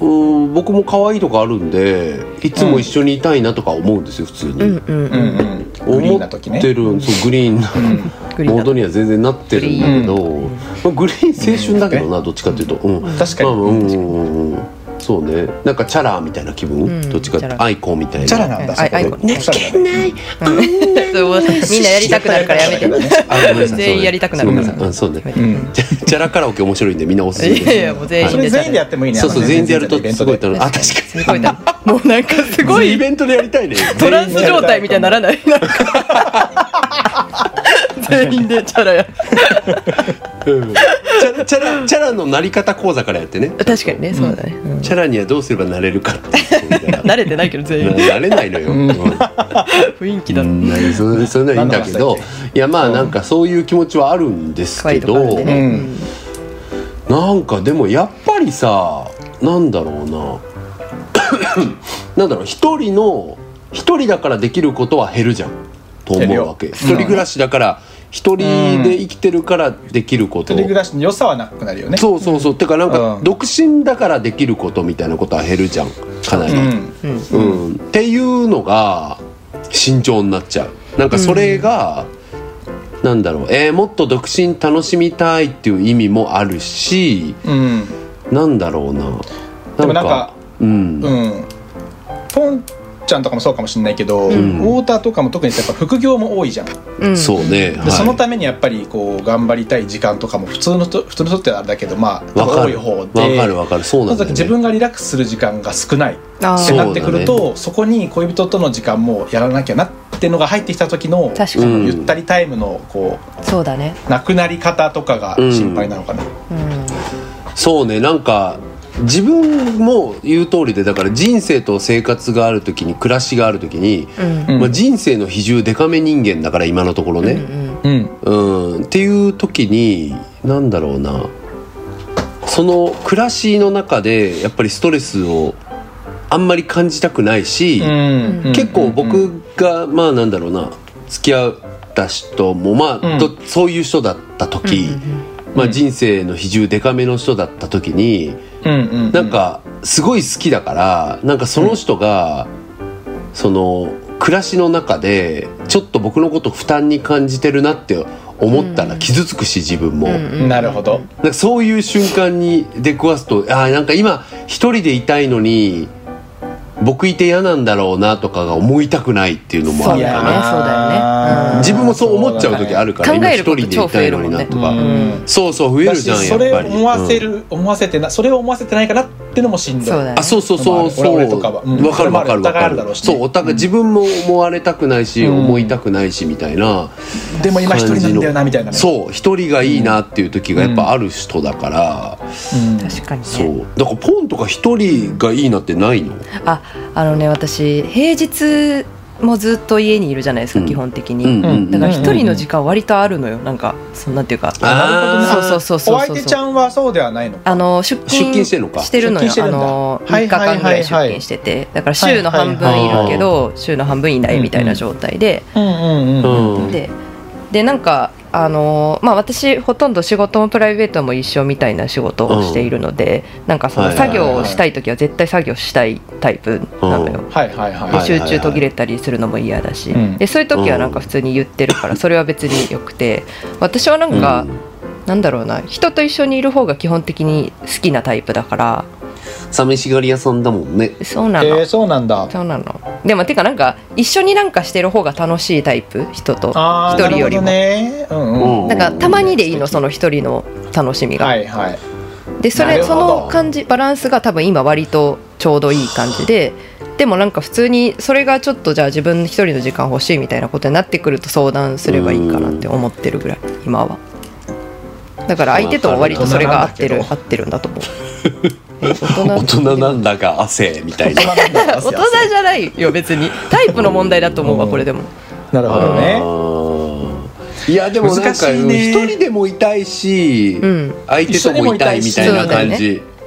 Speaker 2: うん、僕も可愛いとこあるんでいつも一緒にいたいなとか思うんですよ普通に、うんうんうんうん、思ってる、そうグリーンな、うん、モードには全然なってるんだけど、うんまあ、グリーン青春だけどな、うん、どっちかっていうと、うん、
Speaker 1: 確かに、まあうんうん
Speaker 2: うん、そうね、なんかチャラみたいな気分、うん、どっちかってアイコンみたいな
Speaker 1: チャラなんだ、そこで
Speaker 2: 泣けない、
Speaker 3: みんなやりたくなるからやめて全員やりたくなるから、
Speaker 2: うん、そうね、うん、チャラカラオケ面白いんでみんなおすすめです。
Speaker 3: いやいやもう全員で、
Speaker 1: それ全員でやってもいいね。
Speaker 2: そうそう全員でやるとすごい楽しい。あ確かに
Speaker 3: すごいなもうなんかすごい
Speaker 2: イベントでやりたいね。
Speaker 3: トランス状態みたいにならないなんか全員でチャラや
Speaker 2: うん、チャラチャラチャラのなり方講座からやってね。
Speaker 3: 確かにね、そうだね、うん、
Speaker 2: チャラにはどうすればなれるか
Speaker 3: 慣れてないけど全員
Speaker 2: 慣れないのよ、うん、
Speaker 3: 雰囲気だ、うん、
Speaker 2: そ, それならいいんだけどいやまあなんかそういう気持ちはあるんですけど、ねうん、なんかでもやっぱりさなんだろうななんだろう一人の一人だからできることは減るじゃんと思うわけ。一人暮らしだから一人で生きてるからできること、
Speaker 1: 一人暮らしの良さはなくなるよね。
Speaker 2: そうそうそう、てかなんか独身だからできることみたいなことは減るじゃんかなり、うんうんうん、っていうのが慎重になっちゃう。なんかそれが、うん、なんだろう、えー、もっと独身楽しみたいっていう意味もあるし、うん、なんだろうな、なんか
Speaker 1: でもなんか、うんうん、ポンちゃんとかもそうかもしれないけど、うん、太田とかも特にやっぱ副業も多いじゃん、
Speaker 2: うん、そうね、
Speaker 1: で、はい、そのためにやっぱりこう頑張りたい時間とかも普通の人普通の人ってあれだけどまあ多い方で、
Speaker 2: 分かる分かる、そうなんだよね、
Speaker 1: 自分がリラックスする時間が少ないってなってくると そ,、ね、そこに恋人との時間もやらなきゃなっていうのが入ってきた時の確かにゆったりタイムのこう、
Speaker 3: そうだね、
Speaker 1: なくなり方とかが心配なのかな、うん
Speaker 2: うん、そうね、なんか自分も言う通りで、だから人生と生活があるときに暮らしがあるときに、うんまあ、人生の比重デカめ人間だから今のところね、うんうんうん、っていうときになんだろうな、その暮らしの中でやっぱりストレスをあんまり感じたくないし、うん、結構僕がまあなんだろうな、付き合った人もまあ、うん、そういう人だったとき、うんまあ、人生の比重デカめの人だったときに、うんうんうん、なんかすごい好きだから、なんかその人が、うん、その暮らしの中でちょっと僕のこと負担に感じてるなって思ったら傷つくし、自分も、うん
Speaker 1: うん、なるほど、
Speaker 2: なんかそういう瞬間に出くわすと、あーなんか今一人でいたいのに僕いて嫌なんだろうなとかが思いたくないっていうのもあるかな。
Speaker 3: そうだよね、うん、
Speaker 2: 自分もそう思っちゃう時あるから、今一人でいたいのになとか、うん、そうそう増えるじゃんやっぱり。
Speaker 1: それを思わせる、うん、思わせてな、それを思わせてないかなっていうのもしんどい。
Speaker 3: そうだね、
Speaker 2: あそうそうそうそう、
Speaker 1: 俺とかは、うん、
Speaker 2: 分かる分かる分かる、
Speaker 1: ね、
Speaker 2: そうお互い自分も思われたくないし、うん、思いたくないしみたいな、
Speaker 1: でも今一人なんだよなみたいな、ね、
Speaker 2: そう一人がいいなっていう時がやっぱある人だから、
Speaker 3: うんうん、確かにね。
Speaker 2: そうだからポンとか一人がいいなってないの？
Speaker 3: ああのね、私平日もずっと家にいるじゃないですか、うん、基本的に、うんうん、だから一人の時間割とあるのよ、なんかそんなんていうか、
Speaker 1: あそうそうそうそう、お相手ちゃんはそうではないのか、
Speaker 3: あの出勤
Speaker 2: 出勤してるのか、
Speaker 3: してるのよ、あのみっかかんぐらい出勤してて、はいはいはいはい、だから週の半分いるけど、はいはい、週の半分いないみたいな状態で、ででなんかあのまあ、私ほとんど仕事もプライベートも一緒みたいな仕事をしているので、うん、なんかその作業をしたいときは絶対作業したいタイプなのよ、うん、で集中途切れたりするのも嫌だし、うん、でそういうときはなんか普通に言ってるからそれは別によくて、私はなんか、うん、なんだろうな、人と一緒にいる方が基本的に好きなタイプだから。
Speaker 2: 寂しがり屋さんだもんね。
Speaker 3: そうなの、
Speaker 1: えー、そうなんだ。
Speaker 3: そうなの。でもてかなんか一緒になんかしてる方が楽しいタイプ、人と一人よりも。ね、うんうん、なんかたまにでいいの、その一人の楽しみが。はいはい。でそれその感じバランスが多分今割とちょうどいい感じで、でもなんか普通にそれがちょっとじゃあ自分一人の時間欲しいみたいなことになってくると相談すればいいかなって思ってるぐらい今は。だから相手とも割とそれが合ってる合ってるんだと思う。
Speaker 2: 大人, 大人なんだか汗みたいな。
Speaker 3: 大人じゃないよ別に、タイプの問題だと思うわこれでも。
Speaker 1: なるほどね。
Speaker 2: いやでもなんか一人でもいたいし、うん、相手ともいたいみたいな感じ、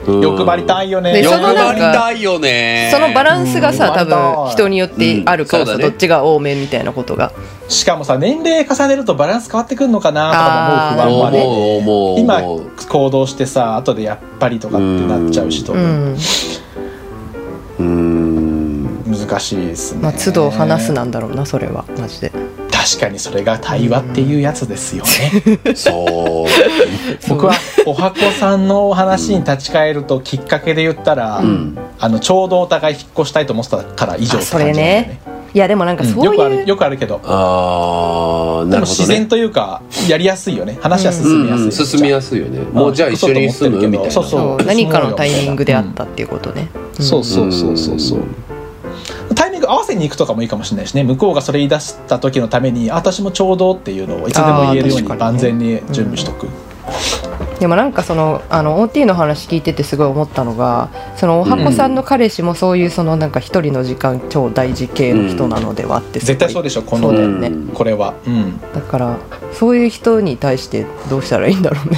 Speaker 1: 欲張りたいよね。
Speaker 3: で
Speaker 2: 欲
Speaker 3: そのなんか
Speaker 2: 張りたいよね。
Speaker 3: そのバランスがさ、
Speaker 1: うん
Speaker 3: 多分人によってあるからさ、
Speaker 2: うんそうだね
Speaker 3: どっちが多めみたいなことが。
Speaker 1: しかもさ、年齢重ねるとバランス変わってくるのかなとかも思う不安はね。
Speaker 2: 思う思う
Speaker 1: 今
Speaker 2: 思う
Speaker 1: 行動してさ、後でやっぱりとかってなっちゃうしと、
Speaker 3: うん
Speaker 2: うーん
Speaker 1: 難しいですね。
Speaker 3: まあ都度話すなんだろうな、それはマジで。
Speaker 1: 確かにそれが対話っていうやつですよね。
Speaker 2: そう
Speaker 1: 僕はおはこさんの話に立ち返るときっかけで言ったら、うん、あのちょうどお互い引っ越したいと思ってたから以上って感じなんだよね。
Speaker 3: いやでもなんかそういう、
Speaker 1: うん、よくあるよくあるけど、
Speaker 2: あーなるほど、ね、
Speaker 1: でも自然というかやりやすいよね。話は進みやすい、
Speaker 2: うんうん、進みやすいよね。もうじゃあ一緒に住むみたいな。
Speaker 1: そうそう、
Speaker 3: 何かのタイミングであったっていうことね、
Speaker 1: うん、そうそうそうそうそう、タイミング合わせに行くとかもいいかもしれないしね。向こうがそれ言い出した時のために私もちょうどっていうのをいつでも言えるように万全に準備しとく、
Speaker 3: うん、でもなんかそのあの オーティー の話聞いててすごい思ったのが、そのおはこさんの彼氏もそういうそのなんか一人の時間超大事系の人なのではって、
Speaker 1: 絶対そうでしょこの
Speaker 3: そうだよね、
Speaker 1: これは、うん、
Speaker 3: だからそういう人に対してどうしたらいいんだろうね。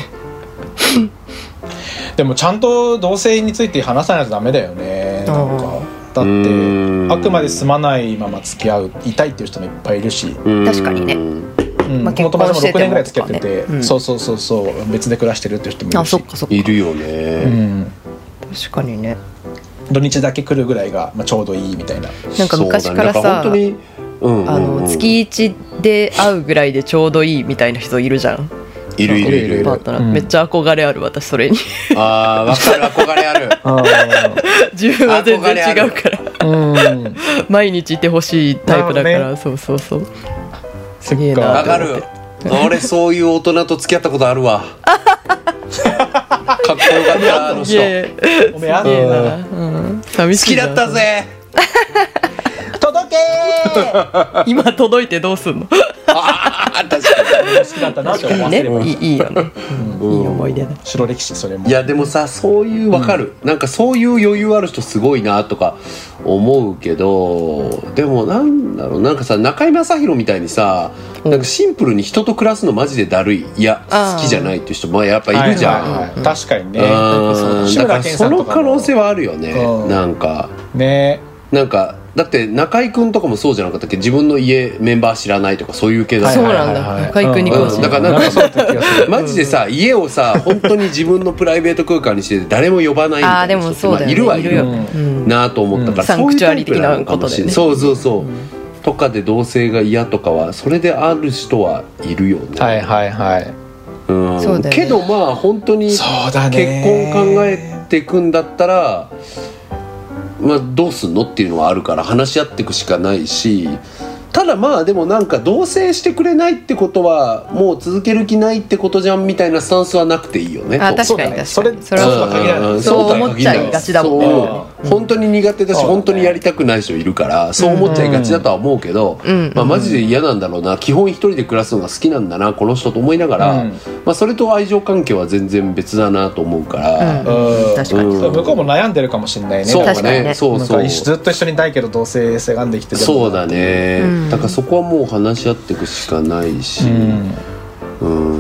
Speaker 1: でもちゃんと同性について話さないとダメだよね。なんかだってあくまで住まないまま付き合ういたいっていう人もいっぱいいるし、
Speaker 3: 確かにね、
Speaker 1: うんまあ、
Speaker 3: 結
Speaker 1: 婚しててもろくねんぐらい付き合ってて、
Speaker 3: うん、
Speaker 1: そうそうそうそう別で暮らしてるっていう人もいるし、
Speaker 3: あそっかそっか
Speaker 2: いるよね、
Speaker 1: うん、
Speaker 3: 確かにね。
Speaker 1: 土日だけ来るぐらいが、まあ、ちょうどいいみたいな。
Speaker 3: なんか昔からさ、
Speaker 2: 本当に、うんうんうん、
Speaker 3: あの月いちで会うぐらいでちょうどいいみたいな人いるじゃん。
Speaker 2: いるいるいる、
Speaker 3: パートナー、うん、めっちゃ憧れある私それに。
Speaker 2: あー分かる、憧れある。
Speaker 3: 自分は全然違うからうん毎日いてほしいタイプだから、ね、そうそうそう、すげえな。
Speaker 2: 分かる。俺そういう大人と付き合ったことあるわ。かっこよかったあの人。
Speaker 1: おめえあんねえな、
Speaker 3: うん、寂しいな。
Speaker 2: 好きだったぜ。
Speaker 1: 届けー
Speaker 3: 今届いてどうすんの。
Speaker 1: あ確かに好きだったなって思わせればいい、
Speaker 3: ね、いいよね、うん、いい思い出だ。
Speaker 1: 白歴史それも。
Speaker 2: いやでもさ、そういう分かる、うん、なんかそういう余裕ある人すごいなとか思うけど、でもなんだろう、なんかさ中居正広みたいにさ、なんかシンプルに人と暮らすのマジでだるい、いや好きじゃないっていう人もやっぱいるじゃん、
Speaker 1: はいはいはい、確かにね。
Speaker 2: だからその可能性はあるよね、うん、なんか
Speaker 1: ね、
Speaker 2: なんかだって中居くんとかもそうじゃなかったっけ、自分の家メンバー知らないとかそういう系だった。
Speaker 3: そうなんだ、中居くんに詳しい、
Speaker 2: うん、だからなんかマジでさ、家をさ本当に自分のプライベート空間にして誰も呼ばないみたいな人ってまあいるはいるなと思ったから、
Speaker 3: サンクチュアリ的なことでね。
Speaker 2: そうそうそう、うん、とかで同性が嫌とかはそれである人はいるよね。
Speaker 1: はいはいはい、
Speaker 2: うん、そうだね、けどまあ本当に結婚考えていくんだったら、まあ、どうすんのっていうのはあるから話し合っていくしかないし、ただまあでもなんか同棲してくれないってことはもう続ける気ないってことじゃんみたいなスタンスはなくていいよね。
Speaker 3: あ、確かに確かに
Speaker 1: それそれは限らない。
Speaker 3: そう思っちゃいがちだもんね。
Speaker 2: 本当に苦手だし、本当にやりたくない人いるからそう思っちゃいがちだとは思うけど、まあ、マジで嫌なんだろうな、基本一人で暮らすのが好きなんだなこの人と思いながら、まあ、それと愛情関係は全然別だなと思うから、
Speaker 3: 確かに
Speaker 1: 向こうも悩んでるかもしれないね。
Speaker 2: そうだね、そうそう、
Speaker 1: ずっと一緒にいたいけど同棲せがんできて、
Speaker 2: そうだね、だからそこはもう話し合っていくしかないし、うん、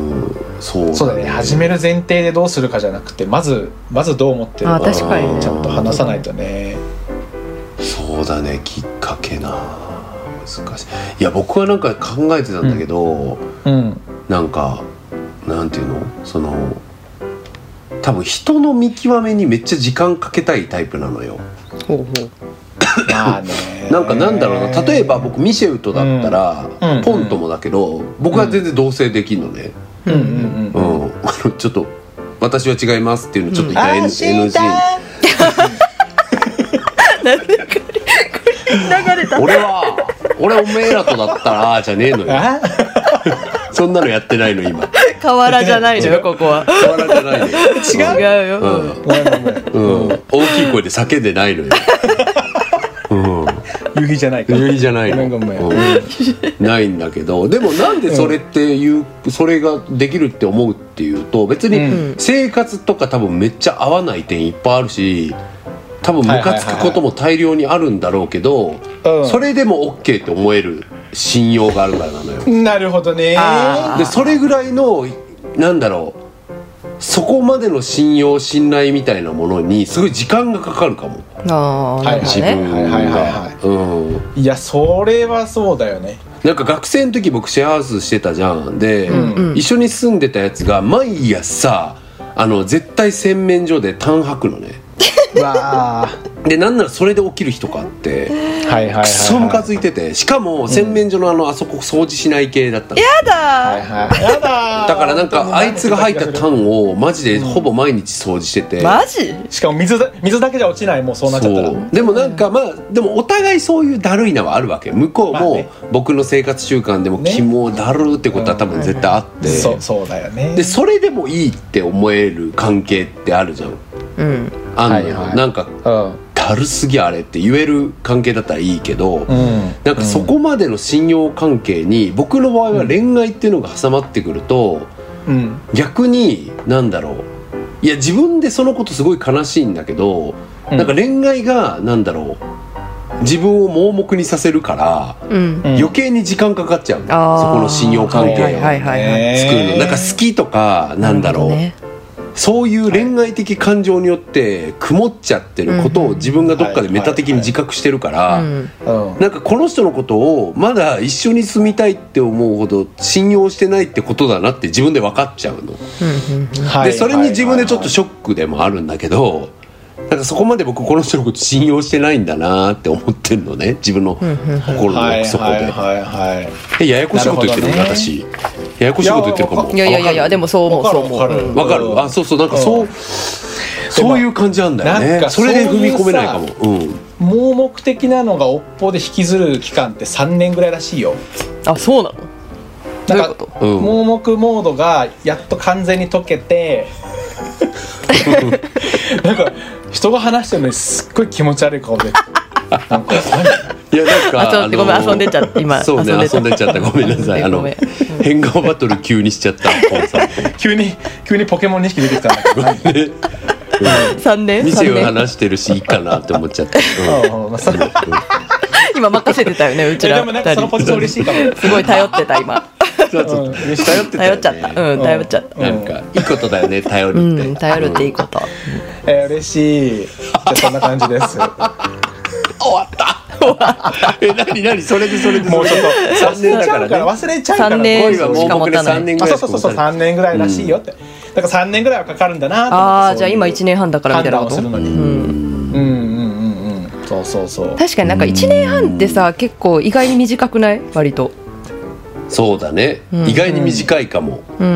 Speaker 2: うん、そうだね、
Speaker 1: そうだね、始める前提でどうするかじゃなくて、まずまずどう思ってるのかちゃんと話さないとね。
Speaker 2: そうだね、きっかけな、難しい。いや僕はなんか考えてたんだけど、うんうん、なんかなんていうの、その多分人の見極めにめっちゃ時間かけたいタイプなのよ。ほうほう
Speaker 1: まあね、
Speaker 2: なんかなんだろうな、例えば僕ミシェウとだったら、うん、ポンともだけど僕は全然同棲できるのね。うんうんうんうん、ちょっと私は違いますっていうのちょっと一回 エヌジー に
Speaker 3: なんでこれ流れた。
Speaker 2: 俺は俺おめえらとだったらじゃねえのよ。そんなのやってないの今。
Speaker 3: 河原じゃないのよここは。
Speaker 2: 河原じゃないのよ。
Speaker 3: 違うよ、
Speaker 2: うんうん、大きい声で叫んでないのよ。うん、
Speaker 1: 夕日じゃないか、
Speaker 2: 夕日じゃないの、うん、ないんだけど、でもなんでそれっていう、うん、それができるって思うっていうと、別に生活とか多分めっちゃ合わない点いっぱいあるし、多分ムカつくことも大量にあるんだろうけど、それでも OK って思える信用があるからなのよ。
Speaker 1: なるほどね。
Speaker 2: でそれぐらいのなんだろう、 そこまでの信用信頼みたいなものにすごい時間がかかるかも。
Speaker 3: ああ、
Speaker 2: 自分が、うん、
Speaker 1: いやそれはそうだよね。
Speaker 2: なんか学生の時僕シェアハウスしてたじゃん。で、うんうん、一緒に住んでたやつが毎朝あの絶対洗面所で痰吐くのね。わでなんならそれで起きる日とかあってクソムカついてて、しかも洗面所のあのあそこ掃除しない系だったの。
Speaker 3: やだー、
Speaker 1: はいはい、やだ
Speaker 2: だからなんかあいつが吐いた痰をマジでほぼ毎日掃除してて、
Speaker 3: マジ
Speaker 1: しかも水だ水だけじゃ落ちない、もうそうなっちゃったら。
Speaker 2: でもなんかまあでもお互いそういうだるいなはあるわけ。向こうも僕の生活習慣でもキモだるってことは多分絶対あって、
Speaker 1: そうそうだよね。
Speaker 2: でそれでもいいって思える関係ってあるじゃん。うん、あんのよ、はいはい、なんか、うん、だるすぎあれって言える関係だったらいいけど、うん、なんかそこまでの信用関係に僕の場合は恋愛っていうのが挟まってくると、うん、逆になんだろう、いや自分でそのことすごい悲しいんだけど、うん、なんか恋愛がなんだろう自分を盲目にさせるから、うん、余計に時間かかっちゃう、うん、そこの信用関係を作るの。なんか好きとかなんだろう、ね、そういう恋愛的感情によって曇っちゃってることを自分がどっかでメタ的に自覚してるから、なんかこの人のことをまだ一緒に住みたいって思うほど信用してないってことだなって自分で分かっちゃうの。でそれに自分でちょっとショックでもあるんだけど、なんかそこまで僕この人のこと信用してないんだなって思ってるのね、自分の心の奥底で。え、ややこしいこと言ってるの、私ややこしいこと言ってるかも。
Speaker 3: いやいやいやでもそう思うそう思う。
Speaker 2: わかる。あ、そうそう、なんかそう、うん、そういう感じなんだよね。それで踏み込めないかも。うん、
Speaker 1: 盲目的なのが尾っぽで引きずる期間ってさんねんぐらいらしいよ。
Speaker 3: あ、そうなの。
Speaker 1: なんかうん、盲目モードがやっと完全に解けてなんか人が話してるのにすっごい気持ち悪い顔でなんか
Speaker 2: いやなんか
Speaker 3: あちょっとごめん、遊んでちゃった今。
Speaker 2: そうね、遊んでちゃった、ごめんなさい。あの変顔バトル急にしちゃった
Speaker 1: 急に急にポケモンにひき出てきたんだけど、ね
Speaker 3: うん、さんねん
Speaker 2: 店を話してるしいいかなって思っちゃった、うんうん、
Speaker 3: 今任せてたよね、うちら
Speaker 1: でもなんかそのポジション嬉しいかも。
Speaker 3: すごい頼ってた今
Speaker 2: そうそう、うん、頼ってたよね。
Speaker 3: 頼っちゃった、うん、頼っちゃった、
Speaker 2: なんかいいことだよね、頼るって、
Speaker 3: うん、頼るっていいこと、
Speaker 1: うん、えー、嬉しい。じゃあそんな感じです
Speaker 2: 終わったえ、なになに、それでそれで
Speaker 1: もうちょっとさんねんだからね、忘れちゃうから、
Speaker 3: さんねんしか持たない。
Speaker 1: あ、そうそうそう、さんねんぐらいらしいよって、うん、だからさんねんぐらいはかかるんだなって。
Speaker 3: ああ、じゃあ今いちねんはんだからみたいなこと。
Speaker 1: 判断をするのに、うん、うんうんうんうん、そうそうそう。
Speaker 3: 確かになんかいちねんはんってさ、結構意外に短くない？割と。
Speaker 2: そうだね、うん、意外に短いかも、うんうん、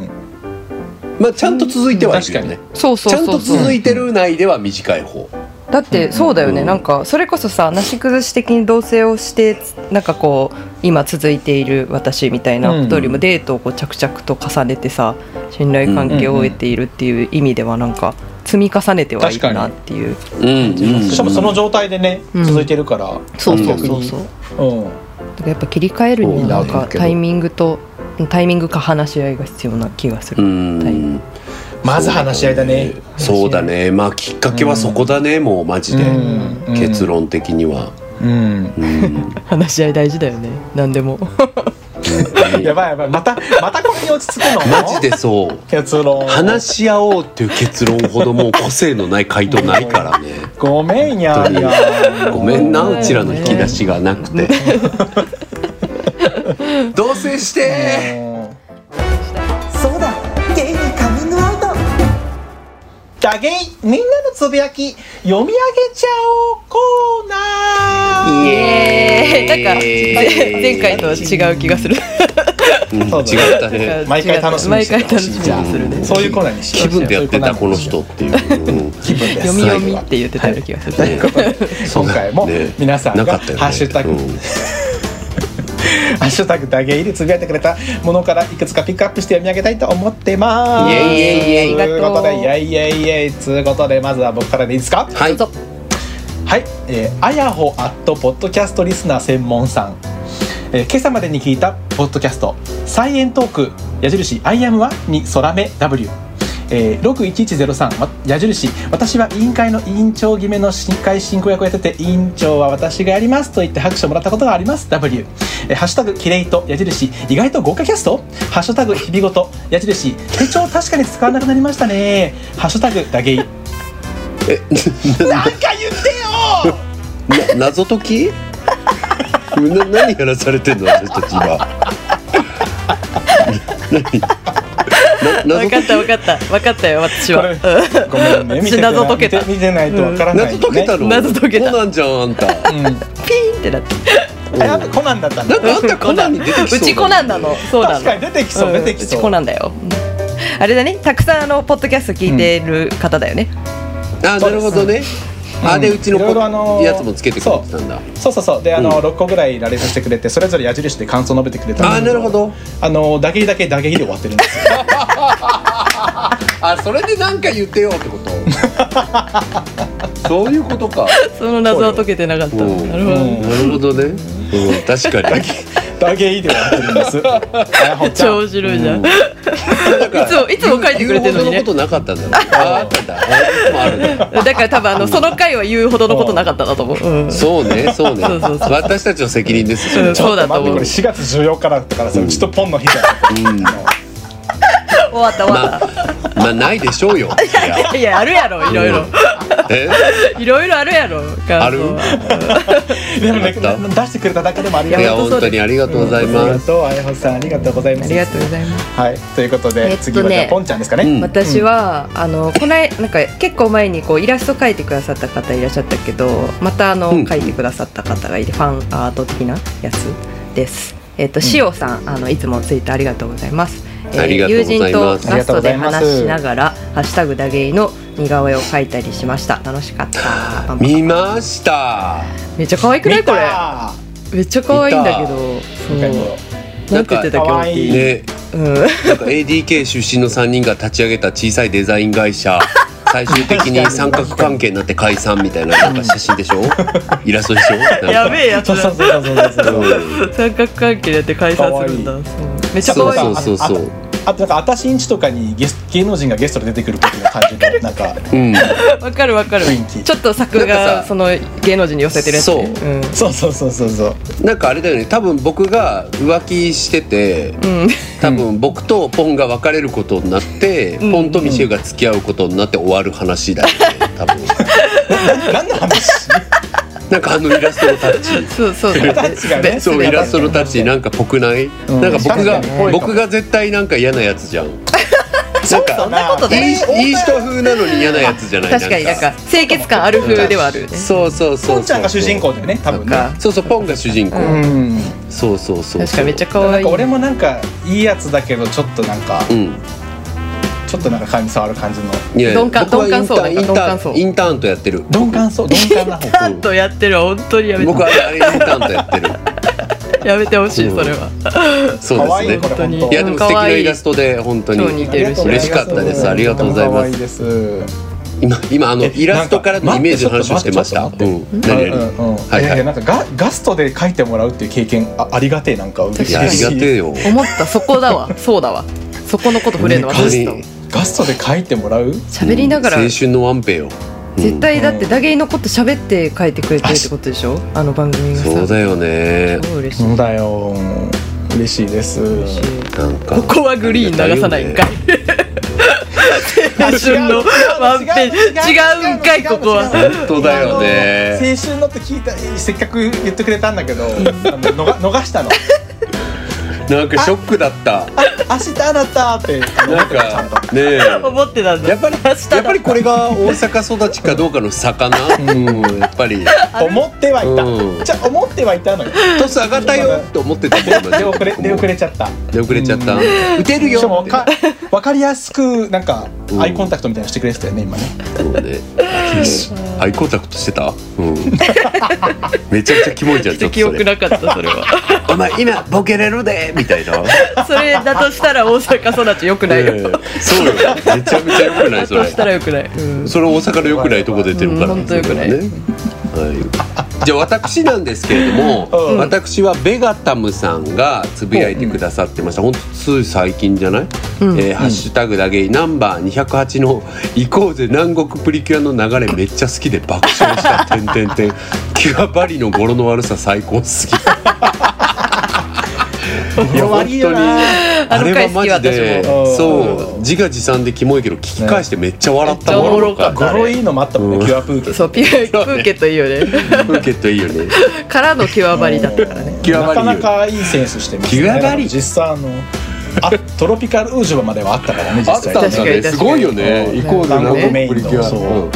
Speaker 2: まあちゃんと続いてはいるよね、
Speaker 3: うん、そうそうそうそう、
Speaker 2: ちゃんと続いてる内では短い方
Speaker 3: だってそうだよね、うん、なんかそれこそさ、なし崩し的に同棲をしてなんかこう今続いている私みたいなことよりもデートをこう着々と重ねてさ、信頼関係を得ているっていう意味ではなんか積み重ねてはいるなっていう感じがする。
Speaker 1: しかもその状態でね、うん、続いてるから、
Speaker 3: そうそうそうそう、うん、やっぱ切り替えるになんかタイミングとタイミングか話し合いが必要な気がする。うん、
Speaker 1: まず話し合いだね。
Speaker 2: そうだね、まあきっかけはそこだね、うん、もうマジで、うん、結論的には、うんうん、
Speaker 3: 話し合い大事だよね、何でも
Speaker 1: やばいやばい、またまたこれに落ち着くの
Speaker 2: マジでそう。
Speaker 1: 結論
Speaker 2: 話し合おうっていう結論ほどもう個性のない回答ないからね
Speaker 1: ごめんやんや
Speaker 2: ごめんな、うちらの引き出しがなくて同棲して
Speaker 4: そうだ、ゲイにカミングアウト
Speaker 1: だゲイ、みんなのつぶやき読み上げちゃおうコーナー。
Speaker 3: イエーイ。なんか前回と違う気がする
Speaker 2: うん、違ったね。
Speaker 1: 毎回楽しみにしてほしい。じゃあそういうコーナーにしよう。
Speaker 2: 気分でやってたこの人っていう、うん、
Speaker 1: 気分です。
Speaker 3: 読み読みって言ってたような気がする、
Speaker 1: はい、ということで今回も皆さんがハッシュタグ、ね、ハッシュタグだゲイでつぶやいてくれたものからいくつかピックアップして読み上げたいと思ってます。
Speaker 3: イエイイエイイエイ。
Speaker 1: ということでイエイイエイイエイということで、まずは僕からでいいですか。
Speaker 2: はい、
Speaker 1: はい、えー、あやほアットポッドキャストリスナー専門さん、えー、今朝までに聞いたポッドキャストサイエントーク矢印 アイアム はに空目 W、えー、ろくいちいちゼロさん矢印私は委員会の委員長決めの委員会進行役をやってて委員長は私がやりますと言って拍手をもらったことがあります W、 えハッシュタグキレイと矢印意外と豪華キャスト、ハッシュタグ日々ごと矢印手帳確かに使わなくなりましたね、ハッシュタグダゲイ。
Speaker 2: え
Speaker 1: なんか言ってよ
Speaker 2: な謎解きな何やらされてんの私たち今
Speaker 3: 分かった分かった分かったよ私は。
Speaker 1: ごめんね、見て
Speaker 3: 謎解けた、
Speaker 1: 見てないと分からない、ね、
Speaker 2: 謎解けたの。
Speaker 3: 謎解けた。
Speaker 2: コナンじゃんあんた、うん、
Speaker 3: ピーンってなって
Speaker 1: あやっぱコナンだったんだ。
Speaker 2: なんかあんたコナンに出てきそうだ、ね、
Speaker 3: うちコナンなの。そうなの。
Speaker 1: 確かに出てきそう、うん、出てきそう。
Speaker 3: うちコナンだよ。あれだね、たくさんあのポッドキャスト聞いてる方だよね、
Speaker 2: うん、あなるほどね、うん、あでうちの
Speaker 1: いあのー、
Speaker 2: やつもつけてくれてたんだ。
Speaker 1: そうそうそうで、あのーうん、ろっこぐらい羅列してくれて、それぞれ矢印で感想述べてくれたんだけど、
Speaker 2: あなるほど、
Speaker 1: あのー、ダゲイだけダゲイで終わってるんですよ
Speaker 2: あそれで何か言ってよってことそういうことか。
Speaker 3: その謎は解けてなかった。なるほど、
Speaker 2: なるほどね、うん、確かに
Speaker 1: ダゲイで終わってるんです
Speaker 3: 超面白いじゃん、うん、いつもいつも書いてくれてるのにね。
Speaker 2: 言うほどのことなかったんだろう。ああったんだ。いつもあるね。
Speaker 3: だから多分あのその回は言うほどのことなかったなと思う、うん、
Speaker 2: そうねそうね
Speaker 3: そうそうそう、
Speaker 2: 私たちの責任です。
Speaker 3: それそうだと思う。
Speaker 1: これしがつじゅうよっかだったからさ、うちとポンの日だった、うん、終
Speaker 3: わった終わった、
Speaker 2: ま、まあないでしょうよ。
Speaker 3: いやいやあるやろいろいろ、
Speaker 2: え
Speaker 3: いろいろあるやろ。
Speaker 2: ある
Speaker 1: でもね、出してくれただけでもありがとう。
Speaker 2: いや本当にありがとうございます、うん、
Speaker 1: ありがとうあやほさん、ありがとうございます。
Speaker 3: ありがとうございます。
Speaker 1: はい、ということで、えっとね、次はじゃあポンちゃんですかね、うん、
Speaker 3: 私は、うん、あのこのなんか結構前にこうイラスト描いてくださった方いらっしゃったけど、またあの、うん、描いてくださった方がいて、ファンアート的なやつです。えっとしおさん、あのいつもツイッターありがとうございます。えー、友人とガストで話しながらハッシュタグダゲイの似顔絵を描いたりしました。楽しかった。
Speaker 2: 見ました。
Speaker 3: めっちゃ可愛くないこれ。めっちゃ可愛いんだけど、そうなんて言ってたっけ
Speaker 2: ね、うん、なんか エーディーケー 出身のさんにんが立ち上げた小さいデザイン会社最終的に三角関係になって解散みたいな、なんか写真でしょイラストでしょ。
Speaker 3: やべえやつだ。
Speaker 1: そうそうそうそう
Speaker 3: 三角関係になって解散するんだ。めっちゃ可愛い。
Speaker 2: そうそうそうそう。
Speaker 1: あとなんかあたしんちとかにゲス芸能人がゲストで出てくる時の感じのなんか、
Speaker 2: うん、
Speaker 3: わかるわかる。ちょっと作がその芸能人に寄せてるやつ、ね、
Speaker 1: そう、うん、そうそうそうそうそう
Speaker 2: なんかあれだよね、多分僕が浮気してて、うん、多分僕とポンが別れることになって、うん、ポンとミシェルが付き合うことになって終わる話だよね多分
Speaker 1: 何の話
Speaker 2: なんかあのイラストのタッチ
Speaker 3: そうそうそう
Speaker 1: タッチがね、
Speaker 2: そうイラストのタッチなんかぽくない、うん、なんか僕が僕が絶対なんか嫌なやつじゃん
Speaker 3: なんかそんなことない。
Speaker 2: いい人風なのに嫌なやつじゃない。
Speaker 3: 確かになんか清潔感ある風ではあるよね。
Speaker 2: そうそうそう。
Speaker 1: ポンちゃんが主人公だよね多分ね。
Speaker 2: そうそうポンが主人公。うん、そうそうそう。
Speaker 3: 確かめっちゃ可愛い。
Speaker 1: なんか俺もなんかいいやつだけどちょっとなんか、うん、ちょっとなんか感じ触る感じの。
Speaker 2: いや
Speaker 3: 鈍感鈍感そうだ。
Speaker 2: インターンインターンとやってる。
Speaker 1: 鈍感そう鈍感な方。
Speaker 3: インターンとやってる本当にやめて。
Speaker 2: 僕はあれインターンとやってる。
Speaker 3: やめてほしいそれは、
Speaker 2: うん、そうですね。本当にいやでも素敵なイラストで本当に嬉しかったです。ありがとうございます。今今あのイラストからのイメージの話をしてました。うん。何々。
Speaker 1: はいはい。なんかガガストで描いてもらうっていう経験 あ, ありがてえなんか嬉しい。
Speaker 2: ありがてえよ。
Speaker 3: 思ったそこだわ。そうだわ。そこのこと触れるの私と。
Speaker 1: ガストで描いてもらう？
Speaker 3: 喋りながら。
Speaker 2: 青春のワンペよ。
Speaker 3: 絶対だってダゲイのこと喋って書いてくれてるってことでしょ、あの番組がさ。
Speaker 2: そうだよね。
Speaker 3: そう嬉しい。
Speaker 1: そうだよ。嬉しいです。
Speaker 2: なんか
Speaker 3: ここはグリーン流さないんかい。青春のワンページ違うんかいここは。
Speaker 2: 本当だよね。
Speaker 1: 青春のって聞いたせっかく言ってくれたんだけど逃, 逃したの。
Speaker 2: なんかショックだった。
Speaker 1: 明日だったって
Speaker 2: なんかね
Speaker 3: 思ってたんだ。
Speaker 2: やっぱりやっぱりこれが大阪育ちかどうかの差かな。うんやっぱり
Speaker 1: 思ってはいた。うん、じゃあ思ってはいたのよ。
Speaker 2: トス上がったよって思ってた。
Speaker 1: 出遅れ出遅れちゃった。
Speaker 2: 出遅れちゃった。打てるよ。
Speaker 1: しかもか分かりやすくなんかアイコンタクトみたいなのしてくれてたよね今ね。
Speaker 2: そうね。アイコンタクトしてた？うん。めちゃくちゃキモいじゃん。
Speaker 3: 記憶なかったそれは。
Speaker 2: お前今ボケれるでみたいな。
Speaker 3: それだとしたら大阪育ち良くないよ、えー、
Speaker 2: そうよめちゃめちゃ良くないそれ。
Speaker 3: だとしたら良くない、うん、
Speaker 2: それ大阪の良くないとこ出てるから、
Speaker 3: 本当良くない、ね
Speaker 2: はい、じゃあ私なんですけれども、うん、私はベガタムさんがつぶやいてくださってました、うん、ほんとつい最近じゃない、うんえー、ハッシュタグだけナンバーにひゃくはちの行こうぜ南国プリキュアの流れめっちゃ好きで爆笑したてんてんてんキュアバリの語呂の悪さ最高すぎ
Speaker 1: いや悪いよな
Speaker 2: あれはマジでそう自画自賛でキモいけど聞き返してめっちゃ笑った
Speaker 3: ものか
Speaker 1: 語呂いいのもあったもんね、うん、キュアプーケット。
Speaker 3: そうピュプーケットいいよね
Speaker 2: プーケットいいよね
Speaker 3: からのキュアバリだったからね
Speaker 1: なかなかいいセンスしてますね。
Speaker 2: キュアバリ
Speaker 1: 実際あのあトロピカルウージュバまではあったからね実際。
Speaker 2: あったんだね。すごいよね。イコール南国プリキュア、そう、うん、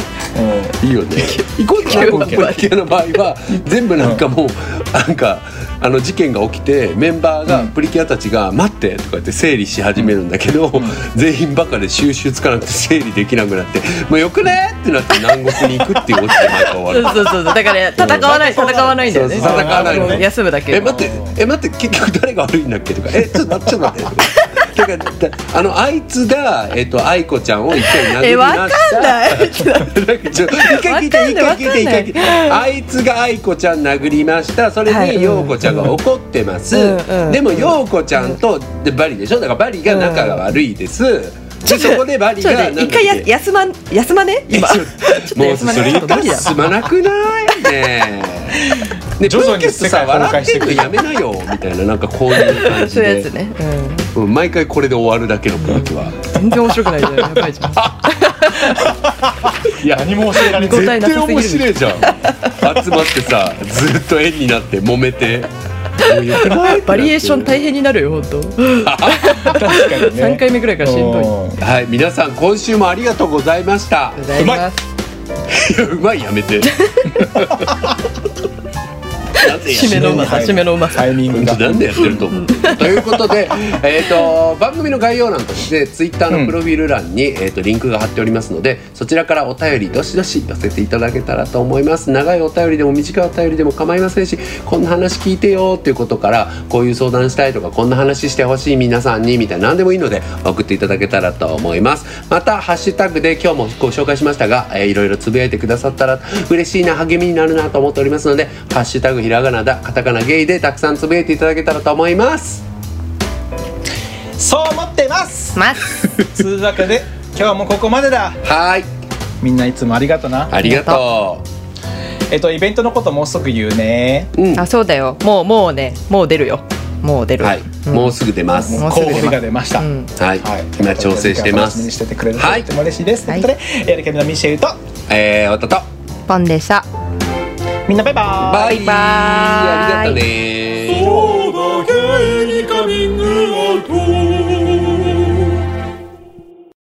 Speaker 2: いいよね。イコール南国プリキュアの場合は全部なんかもうなんかあの事件が起きてメンバーが、うん、プリキュアたちが待ってとか言って整理し始めるんだけど、うん、全員バカで収集つかなくて整理できなくなってもうよくねってなって南国に行くっていうオチで毎回終わる。
Speaker 3: そうそうそうだから、ね、戦わない戦わないんだよね。
Speaker 2: そうそう戦わないのね。
Speaker 3: 休むだけ。
Speaker 2: え待ってえ待って結局誰が悪いんだっけとかえちょっと待ってちょっと待ってだからあのあいつがえっと愛子ちゃんを一回殴りました。えわかんない。一回聞いて一回聞いて一回聞いて。あいつが愛子ちゃん殴りました。それに陽子ちゃんが怒ってます。うんうん、でも陽子ちゃんとでバリでしょ。だからバリが仲が悪いです。うんでそこでバリが
Speaker 3: 一回や休ま休まね今
Speaker 2: もうそれ休まなくないねえ。でプーケットさ笑ってるのやめなよみたいななんかこういう感じでそういうやつね、うんうん、毎回これで終わるだけのプリキュア
Speaker 3: 全然面白くないじゃんやばいじゃん
Speaker 1: いや何も教えられない。
Speaker 2: 絶対面白いじゃん集まってさずっと円になって揉めて
Speaker 3: バリエーション大変になるよ本当。確かにね。さんかいめぐらいからしんどい。
Speaker 2: はい皆さん今週もありがとうございました。
Speaker 3: うまい。
Speaker 2: うまいやめて。
Speaker 3: 締めのうまさ締めのうまさ
Speaker 1: タイミングが
Speaker 2: なんでやってると思うということで、えー、と番組の概要欄としてツイッターのプロフィール欄に、うんえー、とリンクが貼っておりますのでそちらからお便りどしどし寄せていただけたらと思います。長いお便りでも短いお便りでも構いませんしこんな話聞いてよっていうことからこういう相談したいとかこんな話してほしい皆さんにみたいな何でもいいので送っていただけたらと思います。またハッシュタグで今日もご紹介しましたが、えー、いろいろつぶやいてくださったら嬉しいな励みになるなと思っておりますのでハッシュタグひらがなだカタカナゲイでたくさんつぶやいていただけたらと思います。
Speaker 1: そう思ってます
Speaker 3: ます
Speaker 1: というわけで今日はもうここまでだ。
Speaker 2: はい
Speaker 1: みんないつもありがとな。
Speaker 2: ありがとう。
Speaker 1: えっとイベントのこともうすぐ言うね、
Speaker 3: うん、あそうだよもうもうねもう出るよもう出る、
Speaker 2: はいうん、もうすぐ出ます。
Speaker 1: 候補日が出ました、うん
Speaker 2: はいはい、今調整してます。楽しみ
Speaker 1: にしててくれるととても嬉しいです、はい、ということでやるけどミシェルと
Speaker 2: えー、おとと
Speaker 3: ポンでした。
Speaker 1: みんなバイバーイ
Speaker 2: バイバーイありがとうねー。